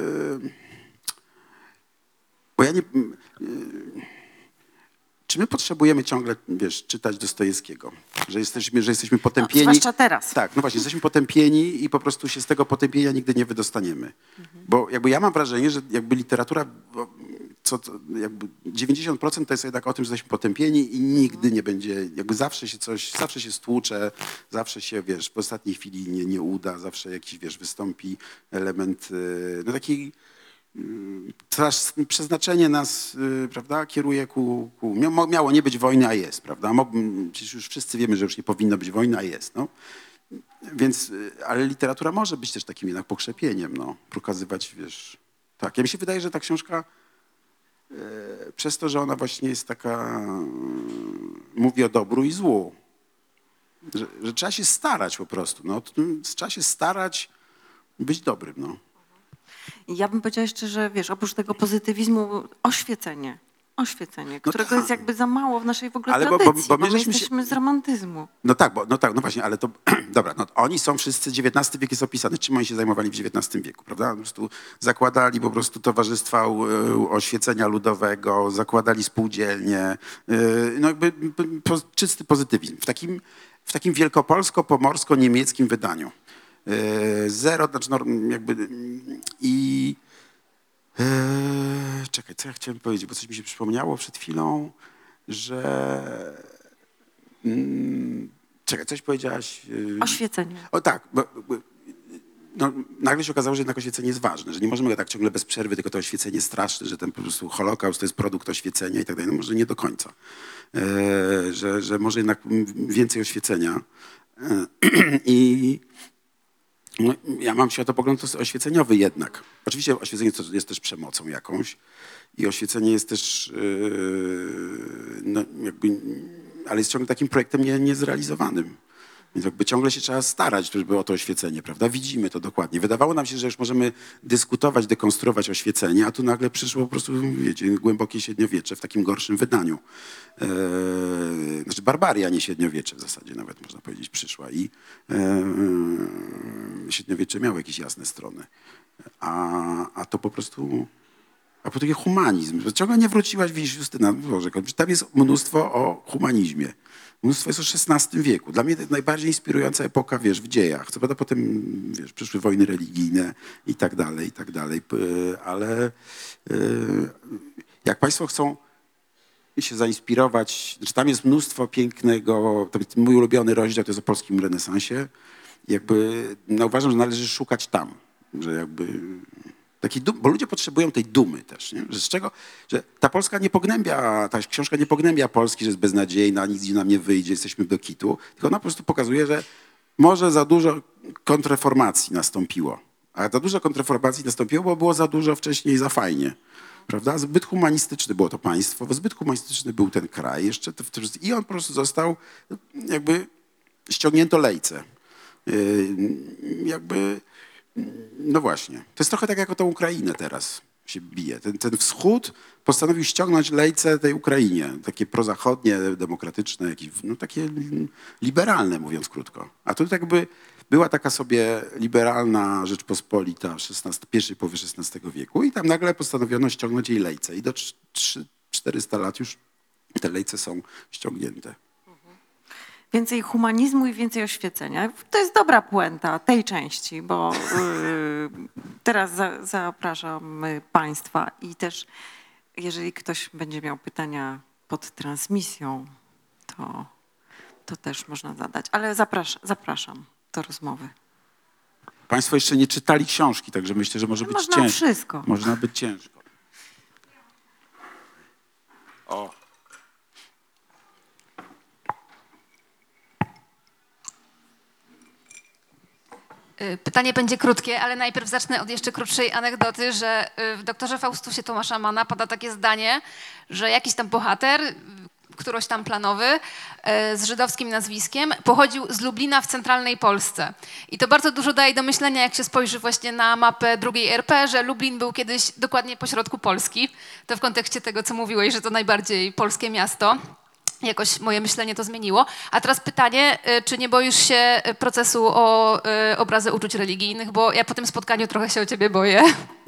Bo ja nie... Czy my potrzebujemy ciągle, wiesz, czytać Dostojewskiego? Że jesteśmy, że jesteśmy potępieni...
No, zwłaszcza teraz.
Tak, no właśnie, jesteśmy potępieni i po prostu się z tego potępienia nigdy nie wydostaniemy. Mhm. Bo jakby ja mam wrażenie, że jakby literatura... Co to, jakby dziewięćdziesiąt procent to jest jednak o tym, że jesteśmy potępieni i nigdy nie będzie, jakby zawsze się coś, zawsze się stłucze, zawsze się, wiesz, w ostatniej chwili nie, nie uda, zawsze jakiś, wiesz, wystąpi element, no taki, przeznaczenie nas, prawda, kieruje ku, ku miało nie być wojny, a jest, prawda, Mógłbym, przecież już wszyscy wiemy, że już nie powinno być wojny, a jest, no. Więc, ale literatura może być też takim jednak pokrzepieniem, no, pokazywać, wiesz, tak. Ja mi się wydaje, że ta książka przez to, że ona właśnie jest taka, mówi o dobru i złu, że, że trzeba się starać po prostu, no, trzeba się starać być dobrym, no.
Ja bym powiedziała jeszcze, że wiesz, oprócz tego pozytywizmu oświecenie, oświecenie, którego no tak. jest jakby za mało w naszej w ogóle ale tradycji, bo, bo, bo my, bo my jesteśmy się... z romantyzmu. No tak, bo, no tak, no właśnie, ale to, dobra, no oni są wszyscy, dziewiętnasty wiek jest opisany, czym oni się zajmowali w dziewiętnastym wieku, prawda? Po prostu zakładali po prostu towarzystwa oświecenia ludowego, zakładali spółdzielnie, no jakby po, czysty pozytywizm w takim, w takim wielkopolsko-pomorsko-niemieckim wydaniu. Zero, znaczy jakby i Eee, czekaj, co ja chciałem powiedzieć, bo coś mi się przypomniało przed chwilą, że... Mm, czekaj, coś powiedziałaś... Yy, oświecenie.
O tak, bo, bo, no, nagle się okazało, że jednak oświecenie jest ważne, że nie możemy go tak ciągle bez przerwy, tylko to oświecenie straszne, że ten po prostu Holokaust to jest produkt oświecenia i tak dalej. No może nie do końca. Eee, że, że może jednak więcej oświecenia. Eee, I... No, ja mam światopogląd oświeceniowy jednak. Oczywiście oświecenie jest też przemocą jakąś i oświecenie jest też, yy, no, jakby, ale jest ciągle takim projektem nie, niezrealizowanym. Więc jakby ciągle się trzeba starać, żeby o to oświecenie, prawda? Widzimy to dokładnie. Wydawało nam się, że już możemy dyskutować, dekonstruować oświecenie, a tu nagle przyszło po prostu, wiecie, głębokie średniowiecze w takim gorszym wydaniu. Eee, znaczy barbaria, nie średniowiecze w zasadzie nawet można powiedzieć przyszła i eee, średniowiecze miało jakieś jasne strony. A, a to po prostu... A po taki humanizm. Ciągle nie wróciłaś, widzisz, Justyna, Boże, tam jest mnóstwo o humanizmie. Mnóstwo jest o szesnastym wieku. Dla mnie to najbardziej inspirująca epoka, wiesz, w dziejach. Co prawda potem, wiesz, przyszły wojny religijne i tak dalej, i tak dalej. Ale jak państwo chcą się zainspirować, znaczy tam jest mnóstwo pięknego, to jest mój ulubiony rozdział, to jest o polskim renesansie. Jakby, no uważam, że należy szukać tam, że jakby... Takiej dum, bo ludzie potrzebują tej dumy też, nie? Że z czego, że ta Polska nie pognębia, ta książka nie pognębia Polski, że jest beznadziejna, nic nam nie wyjdzie, jesteśmy do kitu, tylko ona po prostu pokazuje, że może za dużo kontrreformacji nastąpiło. A za dużo kontrreformacji nastąpiło, bo było za dużo wcześniej za fajnie. Prawda? Zbyt humanistyczne było to państwo, bo zbyt humanistyczny był ten kraj. Jeszcze to, i on po prostu został jakby ściągnięto lejce. Yy, jakby, no właśnie. To jest trochę tak jak o tą Ukrainę teraz się bije. Ten, ten wschód postanowił ściągnąć lejce tej Ukrainie. Takie prozachodnie, demokratyczne, jakieś, no takie liberalne, mówiąc krótko. A tu tak jakby była taka sobie liberalna Rzeczpospolita w pierwszej połowie szesnastego wieku i tam nagle postanowiono ściągnąć jej lejce. I do czterystu lat już te lejce są ściągnięte.
Więcej humanizmu i więcej oświecenia. To jest dobra puenta tej części, bo yy, teraz za, zapraszam Państwa i też jeżeli ktoś będzie miał pytania pod transmisją, to, to też można zadać. Ale zapras zapraszam do rozmowy.
Państwo jeszcze nie czytali książki, także myślę, że może być
Można
ciężko.
wszystko.
Można być ciężko. O.
Pytanie będzie krótkie, ale najpierw zacznę od jeszcze krótszej anegdoty, że w Doktorze Faustusie Tomasza Manna pada takie zdanie, że jakiś tam bohater, któroś tam planowy, z żydowskim nazwiskiem, pochodził z Lublina w centralnej Polsce. I to bardzo dużo daje do myślenia, jak się spojrzy właśnie na mapę drugiej R P, że Lublin był kiedyś dokładnie pośrodku Polski. To w kontekście tego, co mówiłeś, że to najbardziej polskie miasto. Jakoś moje myślenie to zmieniło. A teraz pytanie, czy nie boisz się procesu o y, obrazy uczuć religijnych? Bo ja po tym spotkaniu trochę się o ciebie boję.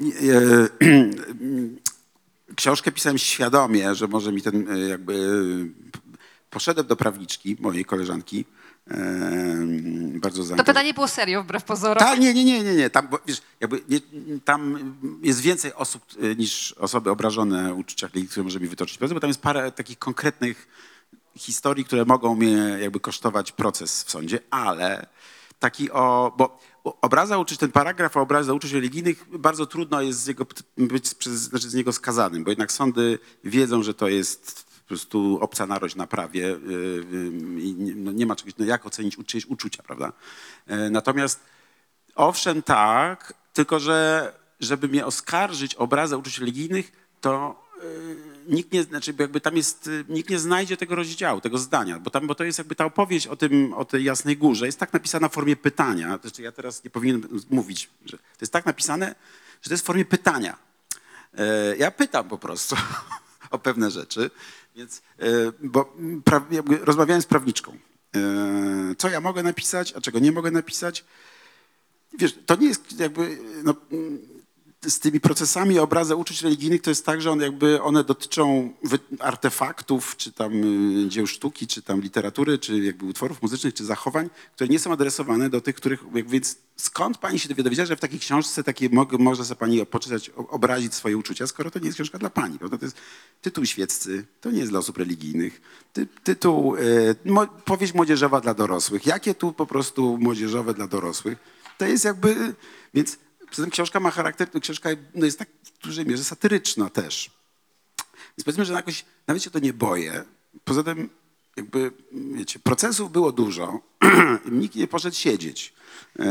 Książkę pisałem świadomie, że może mi ten jakby... Poszedłem do prawniczki, mojej koleżanki. Bardzo
To pytanie było serio, wbrew pozorom.
Ta, nie, nie, nie, nie, nie. Tam, bo, wiesz, jakby nie, tam jest więcej osób niż osoby obrażone w uczuciach, które może mi wytoczyć proces, bo tam jest parę takich konkretnych historii, które mogą mnie jakby kosztować proces w sądzie, ale taki o... Bo obraza uczuć, ten paragraf o obrazie uczuć religijnych, bardzo trudno jest z, jego, być przez, znaczy z niego skazanym, bo jednak sądy wiedzą, że to jest po prostu obca narość na prawie i no nie ma czegoś, no jak ocenić czyjeś uczucia, prawda? Natomiast owszem tak, tylko że żeby mnie oskarżyć o obrazę uczuć religijnych, to nikt nie, znaczy jakby tam jest, nikt nie znajdzie tego rozdziału, tego zdania, bo, tam, bo to jest jakby ta opowieść o tym, o tej Jasnej Górze jest tak napisana w formie pytania, znaczy ja teraz nie powinienem mówić, że to jest tak napisane, że to jest w formie pytania. Ja pytam po prostu o pewne rzeczy, więc, bo pra, jakby rozmawiałem z prawniczką, co ja mogę napisać, a czego nie mogę napisać. Wiesz, to nie jest jakby, no, z tymi procesami obrazy uczuć religijnych to jest tak, że one, jakby one dotyczą artefaktów, czy tam dzieł sztuki, czy tam literatury, czy jakby utworów muzycznych, czy zachowań, które nie są adresowane do tych, których, więc skąd pani się dowiedziała, że w takiej książce takie może sobie pani poczytać, obrazić swoje uczucia, skoro to nie jest książka dla pani, prawda? To jest tytuł świeccy, to nie jest dla osób religijnych, Ty, tytuł, y, mo, powieść młodzieżowa dla dorosłych. Jakie tu po prostu młodzieżowe dla dorosłych? To jest jakby, więc poza tym książka ma charakter, książka no jest tak w dużej mierze satyryczna też. Więc powiedzmy, że jakoś nawet się to nie boję. Poza tym jakby, wiecie, procesów było dużo. Nikt nie poszedł siedzieć. Eee,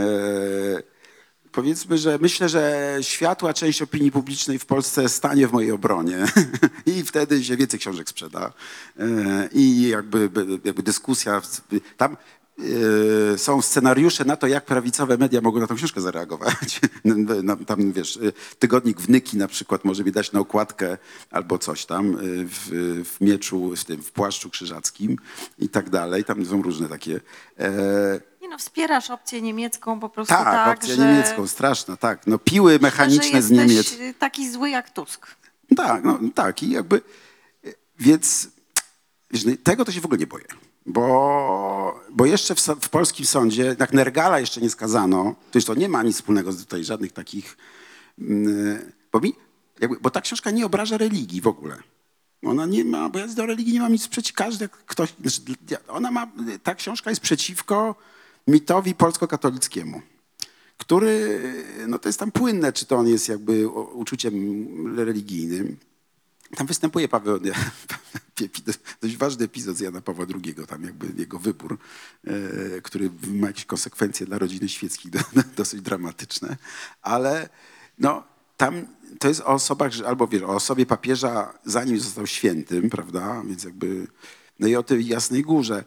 powiedzmy, że myślę, że światła część opinii publicznej w Polsce stanie w mojej obronie i wtedy się więcej książek sprzeda. Eee, I jakby, jakby dyskusja tam... Yy, są scenariusze na to, jak prawicowe media mogą na tę książkę zareagować. Tam, wiesz, tygodnik Wnyki na przykład może mi dać na okładkę albo coś tam w, w mieczu, w tym, w płaszczu krzyżackim i tak dalej. Tam są różne takie... E...
Nie no, wspierasz opcję niemiecką po prostu
tak,
tak,
opcję
że...
niemiecką, straszna, tak. No piły mechaniczne
że
z Niemiec.
jesteś taki zły jak Tusk.
Tak, no tak i jakby... Więc wiesz, tego to się w ogóle nie boję. Bo, bo jeszcze w, w polskim sądzie, jak Nergala jeszcze nie skazano, to już to nie ma nic wspólnego z tutaj żadnych takich... Bo, mi, jakby, bo ta książka nie obraża religii w ogóle. Ona nie ma, bo ja do religii nie mam nic przeciw, każdy ktoś... Znaczy, ona ma, ta książka jest przeciwko mitowi polsko-katolickiemu, który, no to jest tam płynne, czy to on jest jakby uczuciem religijnym. Tam występuje Paweł, dość ważny epizod z Jana Pawła drugiego, tam jakby jego wybór, e, który ma jakieś konsekwencje dla rodziny świeckich do, dosyć dramatyczne, ale no tam to jest o osobach, że, albo wiesz, o osobie papieża zanim został świętym, prawda, więc jakby, no i o tej Jasnej Górze.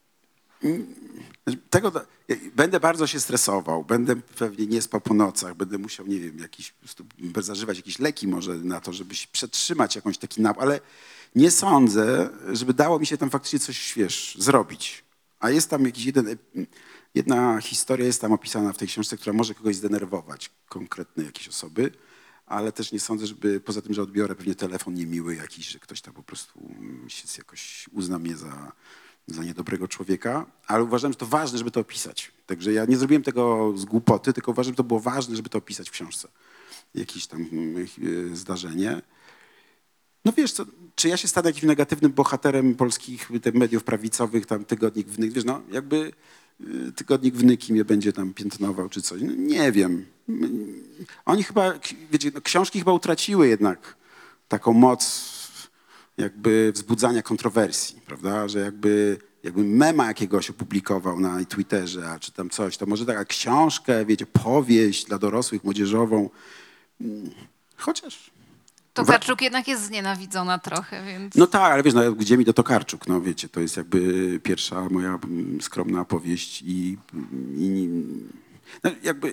Tego, będę bardzo się stresował, będę pewnie nie spał po nocach, będę musiał, nie wiem, jakiś, po prostu zażywać jakieś leki może na to, żeby się przetrzymać jakąś taki napój, ale nie sądzę, żeby dało mi się tam faktycznie coś, wiesz, zrobić. A jest tam jakiś jeden, jedna historia jest tam opisana w tej książce, która może kogoś zdenerwować, konkretne jakieś osoby, ale też nie sądzę, żeby, poza tym, że odbiorę pewnie telefon niemiły jakiś, że ktoś tam po prostu się jakoś uzna mnie za... za niedobrego człowieka, ale uważam, że to ważne, żeby to opisać. Także ja nie zrobiłem tego z głupoty, tylko uważam, że to było ważne, żeby to opisać w książce. Jakieś tam e, zdarzenie. No wiesz co, czy ja się stanę jakimś negatywnym bohaterem polskich te mediów prawicowych, tam tygodnik wnyk, wiesz, no jakby e, tygodnik wnyki mnie będzie tam piętnował czy coś. No, nie wiem. Oni chyba, wiecie, no, książki chyba utraciły jednak taką moc jakby wzbudzania kontrowersji, prawda, że jakby, jakby mema jakiegoś opublikował na Twitterze, a czy tam coś, to może taka książkę, wiecie, powieść dla dorosłych, młodzieżową, chociaż...
Tokarczuk jednak jest znienawidzona trochę, więc...
No tak, ale wiesz, no, gdzie mi do Tokarczuk, no wiecie, to jest jakby pierwsza moja skromna opowieść i, i no, jakby,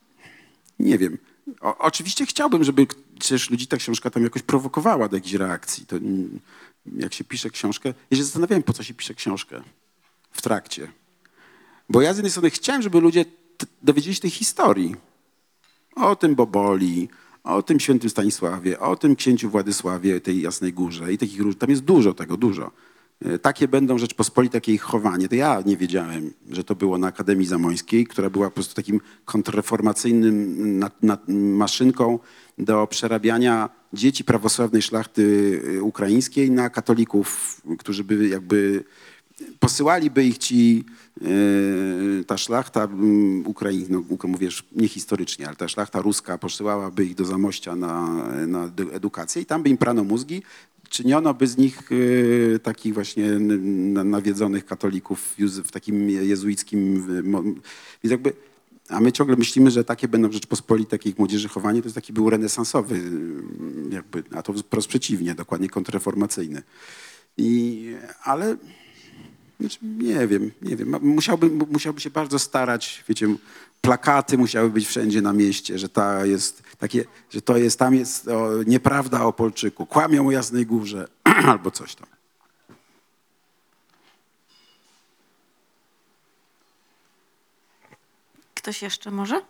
nie wiem, o, oczywiście chciałbym, żeby przecież ludzi ta książka tam jakoś prowokowała do jakiejś reakcji. To jak się pisze książkę, ja się zastanawiałem, po co się pisze książkę w trakcie. Bo ja z jednej strony chciałem, żeby ludzie t- dowiedzieli się tej historii. O tym Boboli, o tym świętym Stanisławie, o tym księciu Władysławie, tej Jasnej Górze i takich różnych. Tam jest dużo tego, dużo. Takie będą Rzeczpospolite, takie ich chowanie. To ja nie wiedziałem, że to było na Akademii Zamoyskiej, która była po prostu takim kontrreformacyjnym na, na, maszynką do przerabiania dzieci prawosławnej szlachty ukraińskiej na katolików, którzy by jakby posyłaliby ich ci, yy, ta szlachta Ukraińska, no, mówisz nie historycznie, ale ta szlachta ruska posyłałaby ich do Zamościa na, na edukację i tam by im prano mózgi, czyniono by z nich y, takich właśnie nawiedzonych katolików w takim jezuickim... Więc jakby, a my ciągle myślimy, że takie będą Rzeczpospolite, takie ich młodzieży chowanie, to jest taki był renesansowy, jakby, a to wprost przeciwnie, dokładnie kontrreformacyjny. I, ale znaczy, nie wiem, nie wiem. Musiałby, musiałby się bardzo starać, wiecie, plakaty musiały być wszędzie na mieście, że, ta jest takie, że to jest, tam jest o, nieprawda o Polczyku, kłamią o Jasnej Górze albo coś tam.
Ktoś jeszcze może?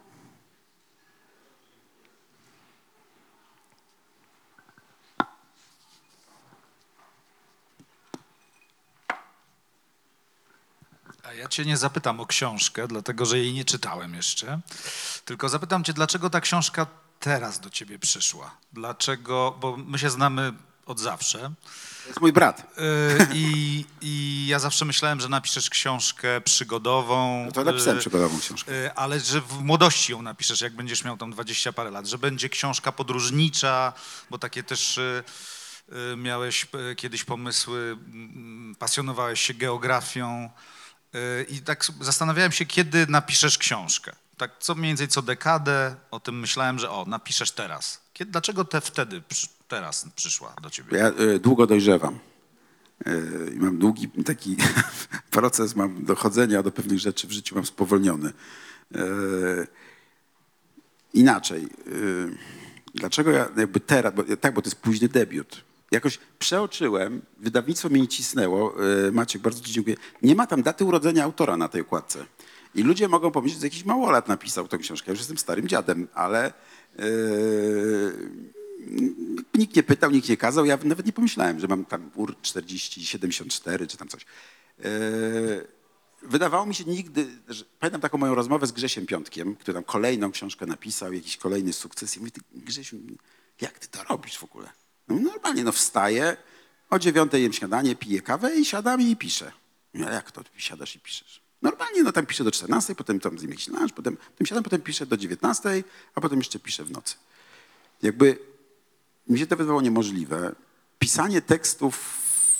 A ja cię nie zapytam o książkę, dlatego że jej nie czytałem jeszcze, tylko zapytam cię, dlaczego ta książka teraz do ciebie przyszła? Dlaczego, bo my się znamy od zawsze.
To jest mój brat.
Yy, I, I ja zawsze myślałem, że napiszesz książkę przygodową.
No to napisałem
yy,
przygodową książkę.
Yy, ale że w młodości ją napiszesz, jak będziesz miał tam dwadzieścia parę lat, że będzie książka podróżnicza, bo takie też yy, miałeś yy, kiedyś pomysły, yy, pasjonowałeś się geografią. I tak zastanawiałem się, kiedy napiszesz książkę. Tak co mniej więcej co dekadę o tym myślałem, że o, napiszesz teraz. Kiedy, dlaczego te wtedy, przy, teraz przyszła do ciebie?
Ja y, długo dojrzewam. Y, mam długi taki proces, mam dochodzenia do pewnych rzeczy w życiu, mam spowolniony. Y, inaczej. Y, dlaczego ja jakby teraz, bo, tak, bo to jest późny debiut. Jakoś przeoczyłem, wydawnictwo mnie nie cisnęło. Maciek, bardzo ci dziękuję. Nie ma tam daty urodzenia autora na tej okładce. I ludzie mogą pomyśleć, że jakiś małolat napisał tę książkę. Ja już jestem starym dziadem, ale yy, nikt nie pytał, nikt nie kazał. Ja nawet nie pomyślałem, że mam tam U R czterdzieści, siedemdziesiąt cztery czy tam coś. Yy, wydawało mi się nigdy, że pamiętam taką moją rozmowę z Grzesiem Piątkiem, który tam kolejną książkę napisał, jakiś kolejny sukces. I mówię, ty, Grzesiu, jak ty to robisz w ogóle? No normalnie, no wstaję, o dziewiątej jem śniadanie, piję kawę i siadam i piszę. No jak to siadasz i piszesz? Normalnie, no tam piszę do czternastej, potem tam zjem jakiś lunch, potem, potem siadam, potem piszę do dziewiętnastej, a potem jeszcze piszę w nocy. Jakby mi się to wydawało niemożliwe. Pisanie tekstów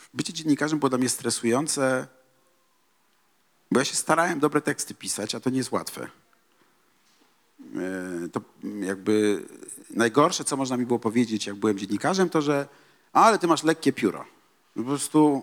bycie dziennikarzem było dla mnie stresujące, bo ja się starałem dobre teksty pisać, a to nie jest łatwe. E, To jakby najgorsze, co można mi było powiedzieć, jak byłem dziennikarzem, to że a, ale ty masz lekkie pióro. Po prostu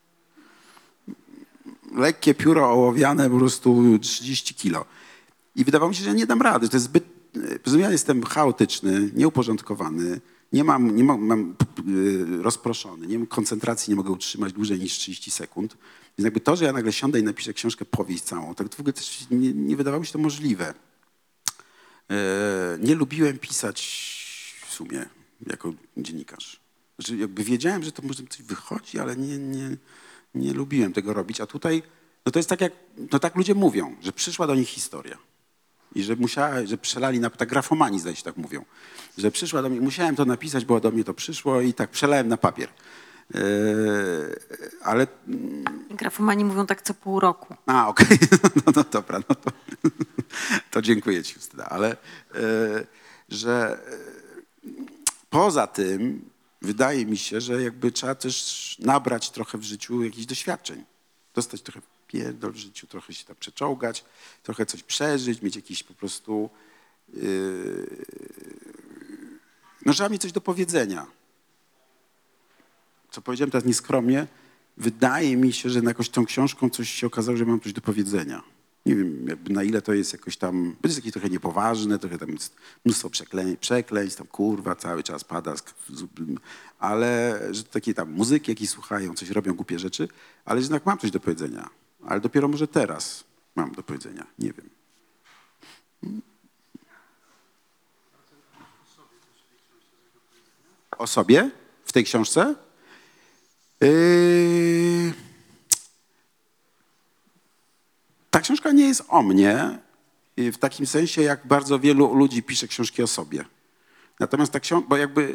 lekkie pióro ołowiane, po prostu trzydzieści kilo. I wydawało mi się, że ja nie dam rady. To jest zbyt... Ja jestem chaotyczny, nieuporządkowany, nie mam, nie mam, mam yy, rozproszony, nie mam koncentracji, nie mogę utrzymać dłużej niż trzydzieści sekund. Więc jakby to, że ja nagle siądę i napiszę książkę, powieść całą, tak to w ogóle też nie, nie wydawało mi się to możliwe. Yy, nie lubiłem pisać w sumie jako dziennikarz. Znaczy jakby wiedziałem, że to może coś wychodzi, ale nie, nie, nie lubiłem tego robić. A tutaj, no to jest tak jak, no tak ludzie mówią, że przyszła do nich historia. I że musiała, że przelali, na, tak grafomani zdaje się tak mówią, że przyszła do mnie, musiałem to napisać, bo do mnie to przyszło i tak przelałem na papier. Yy, ale...
Grafomani mówią tak co pół roku.
A, okej, okay. no, no dobra, no to, to dziękuję ci, Justyna, ale yy, że yy, poza tym wydaje mi się, że jakby trzeba też nabrać trochę w życiu jakichś doświadczeń, dostać trochę pierdol w życiu, trochę się tam przeczołgać, trochę coś przeżyć, mieć jakiś po prostu... Yy, no trzeba mieć coś do powiedzenia. Co powiedziałem teraz nieskromnie, wydaje mi się, że na jakąś tą książką coś się okazało, że mam coś do powiedzenia. Nie wiem, jakby na ile to jest jakoś tam... To jest jakieś trochę niepoważne, trochę tam jest mnóstwo przeklę, przekleństw, tam kurwa cały czas pada, ale że takie tam muzyki jakieś słuchają, coś robią, głupie rzeczy, ale jednak mam coś do powiedzenia. Ale dopiero może teraz mam do powiedzenia. Nie wiem. O sobie w tej książce? Yy... Ta książka nie jest o mnie w takim sensie, jak bardzo wielu ludzi pisze książki o sobie. Natomiast ta książka, bo jakby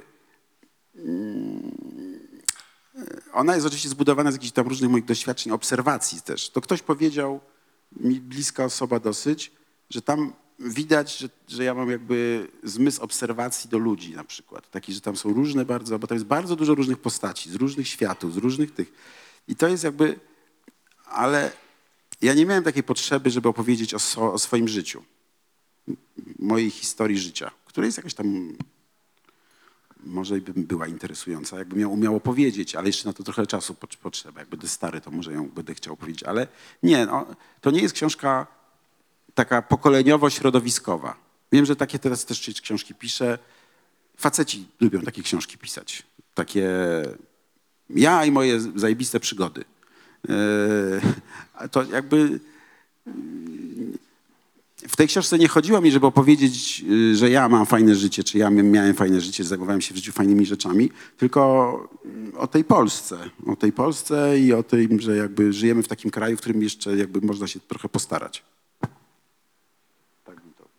ona jest oczywiście zbudowana z jakichś tam różnych moich doświadczeń, obserwacji też. To ktoś powiedział, mi bliska osoba dosyć, że tam widać, że, że ja mam jakby zmysł obserwacji do ludzi na przykład. Taki, że tam są różne bardzo, bo tam jest bardzo dużo różnych postaci, z różnych światów, z różnych tych. I to jest jakby, ale ja nie miałem takiej potrzeby, żeby opowiedzieć o, so, o swoim życiu, mojej historii życia, która jest jakaś tam, może by była interesująca, jakbym ją umiał opowiedzieć, ale jeszcze na to trochę czasu potrzeba. Jak będę stary, to może ją będę chciał opowiedzieć, ale nie, no, to nie jest książka taka pokoleniowo-środowiskowa. Wiem, że takie teraz też książki piszę. Faceci lubią takie książki pisać. Takie ja i moje zajebiste przygody. Yy, to jakby w tej książce nie chodziło mi, żeby opowiedzieć, że ja mam fajne życie, czy ja miałem fajne życie, zajmowałem się w życiu fajnymi rzeczami, tylko o tej Polsce. O tej Polsce i o tym, że jakby żyjemy w takim kraju, w którym jeszcze jakby można się trochę postarać. Tak bym to...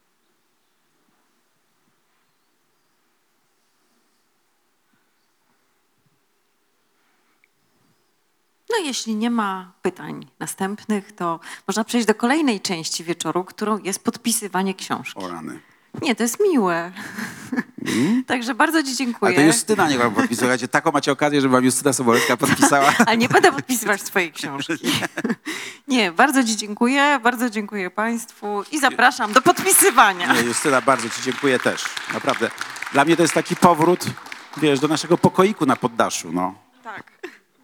No jeśli nie ma pytań następnych, to można przejść do kolejnej części wieczoru, którą jest podpisywanie książki.
O rany.
Nie, to jest miłe. Mm. Także bardzo ci dziękuję.
Ale to Justyna niech wam podpisuje. Słuchajcie, taką macie okazję, żeby wam Justyna Sobolewska podpisała.
Ale nie będę podpisywać swojej książki. Nie, bardzo ci dziękuję, bardzo dziękuję państwu i zapraszam do podpisywania.
Nie, Justyna, bardzo ci dziękuję też. Naprawdę. Dla mnie to jest taki powrót, wiesz, do naszego pokoiku na poddaszu, no.
Tak.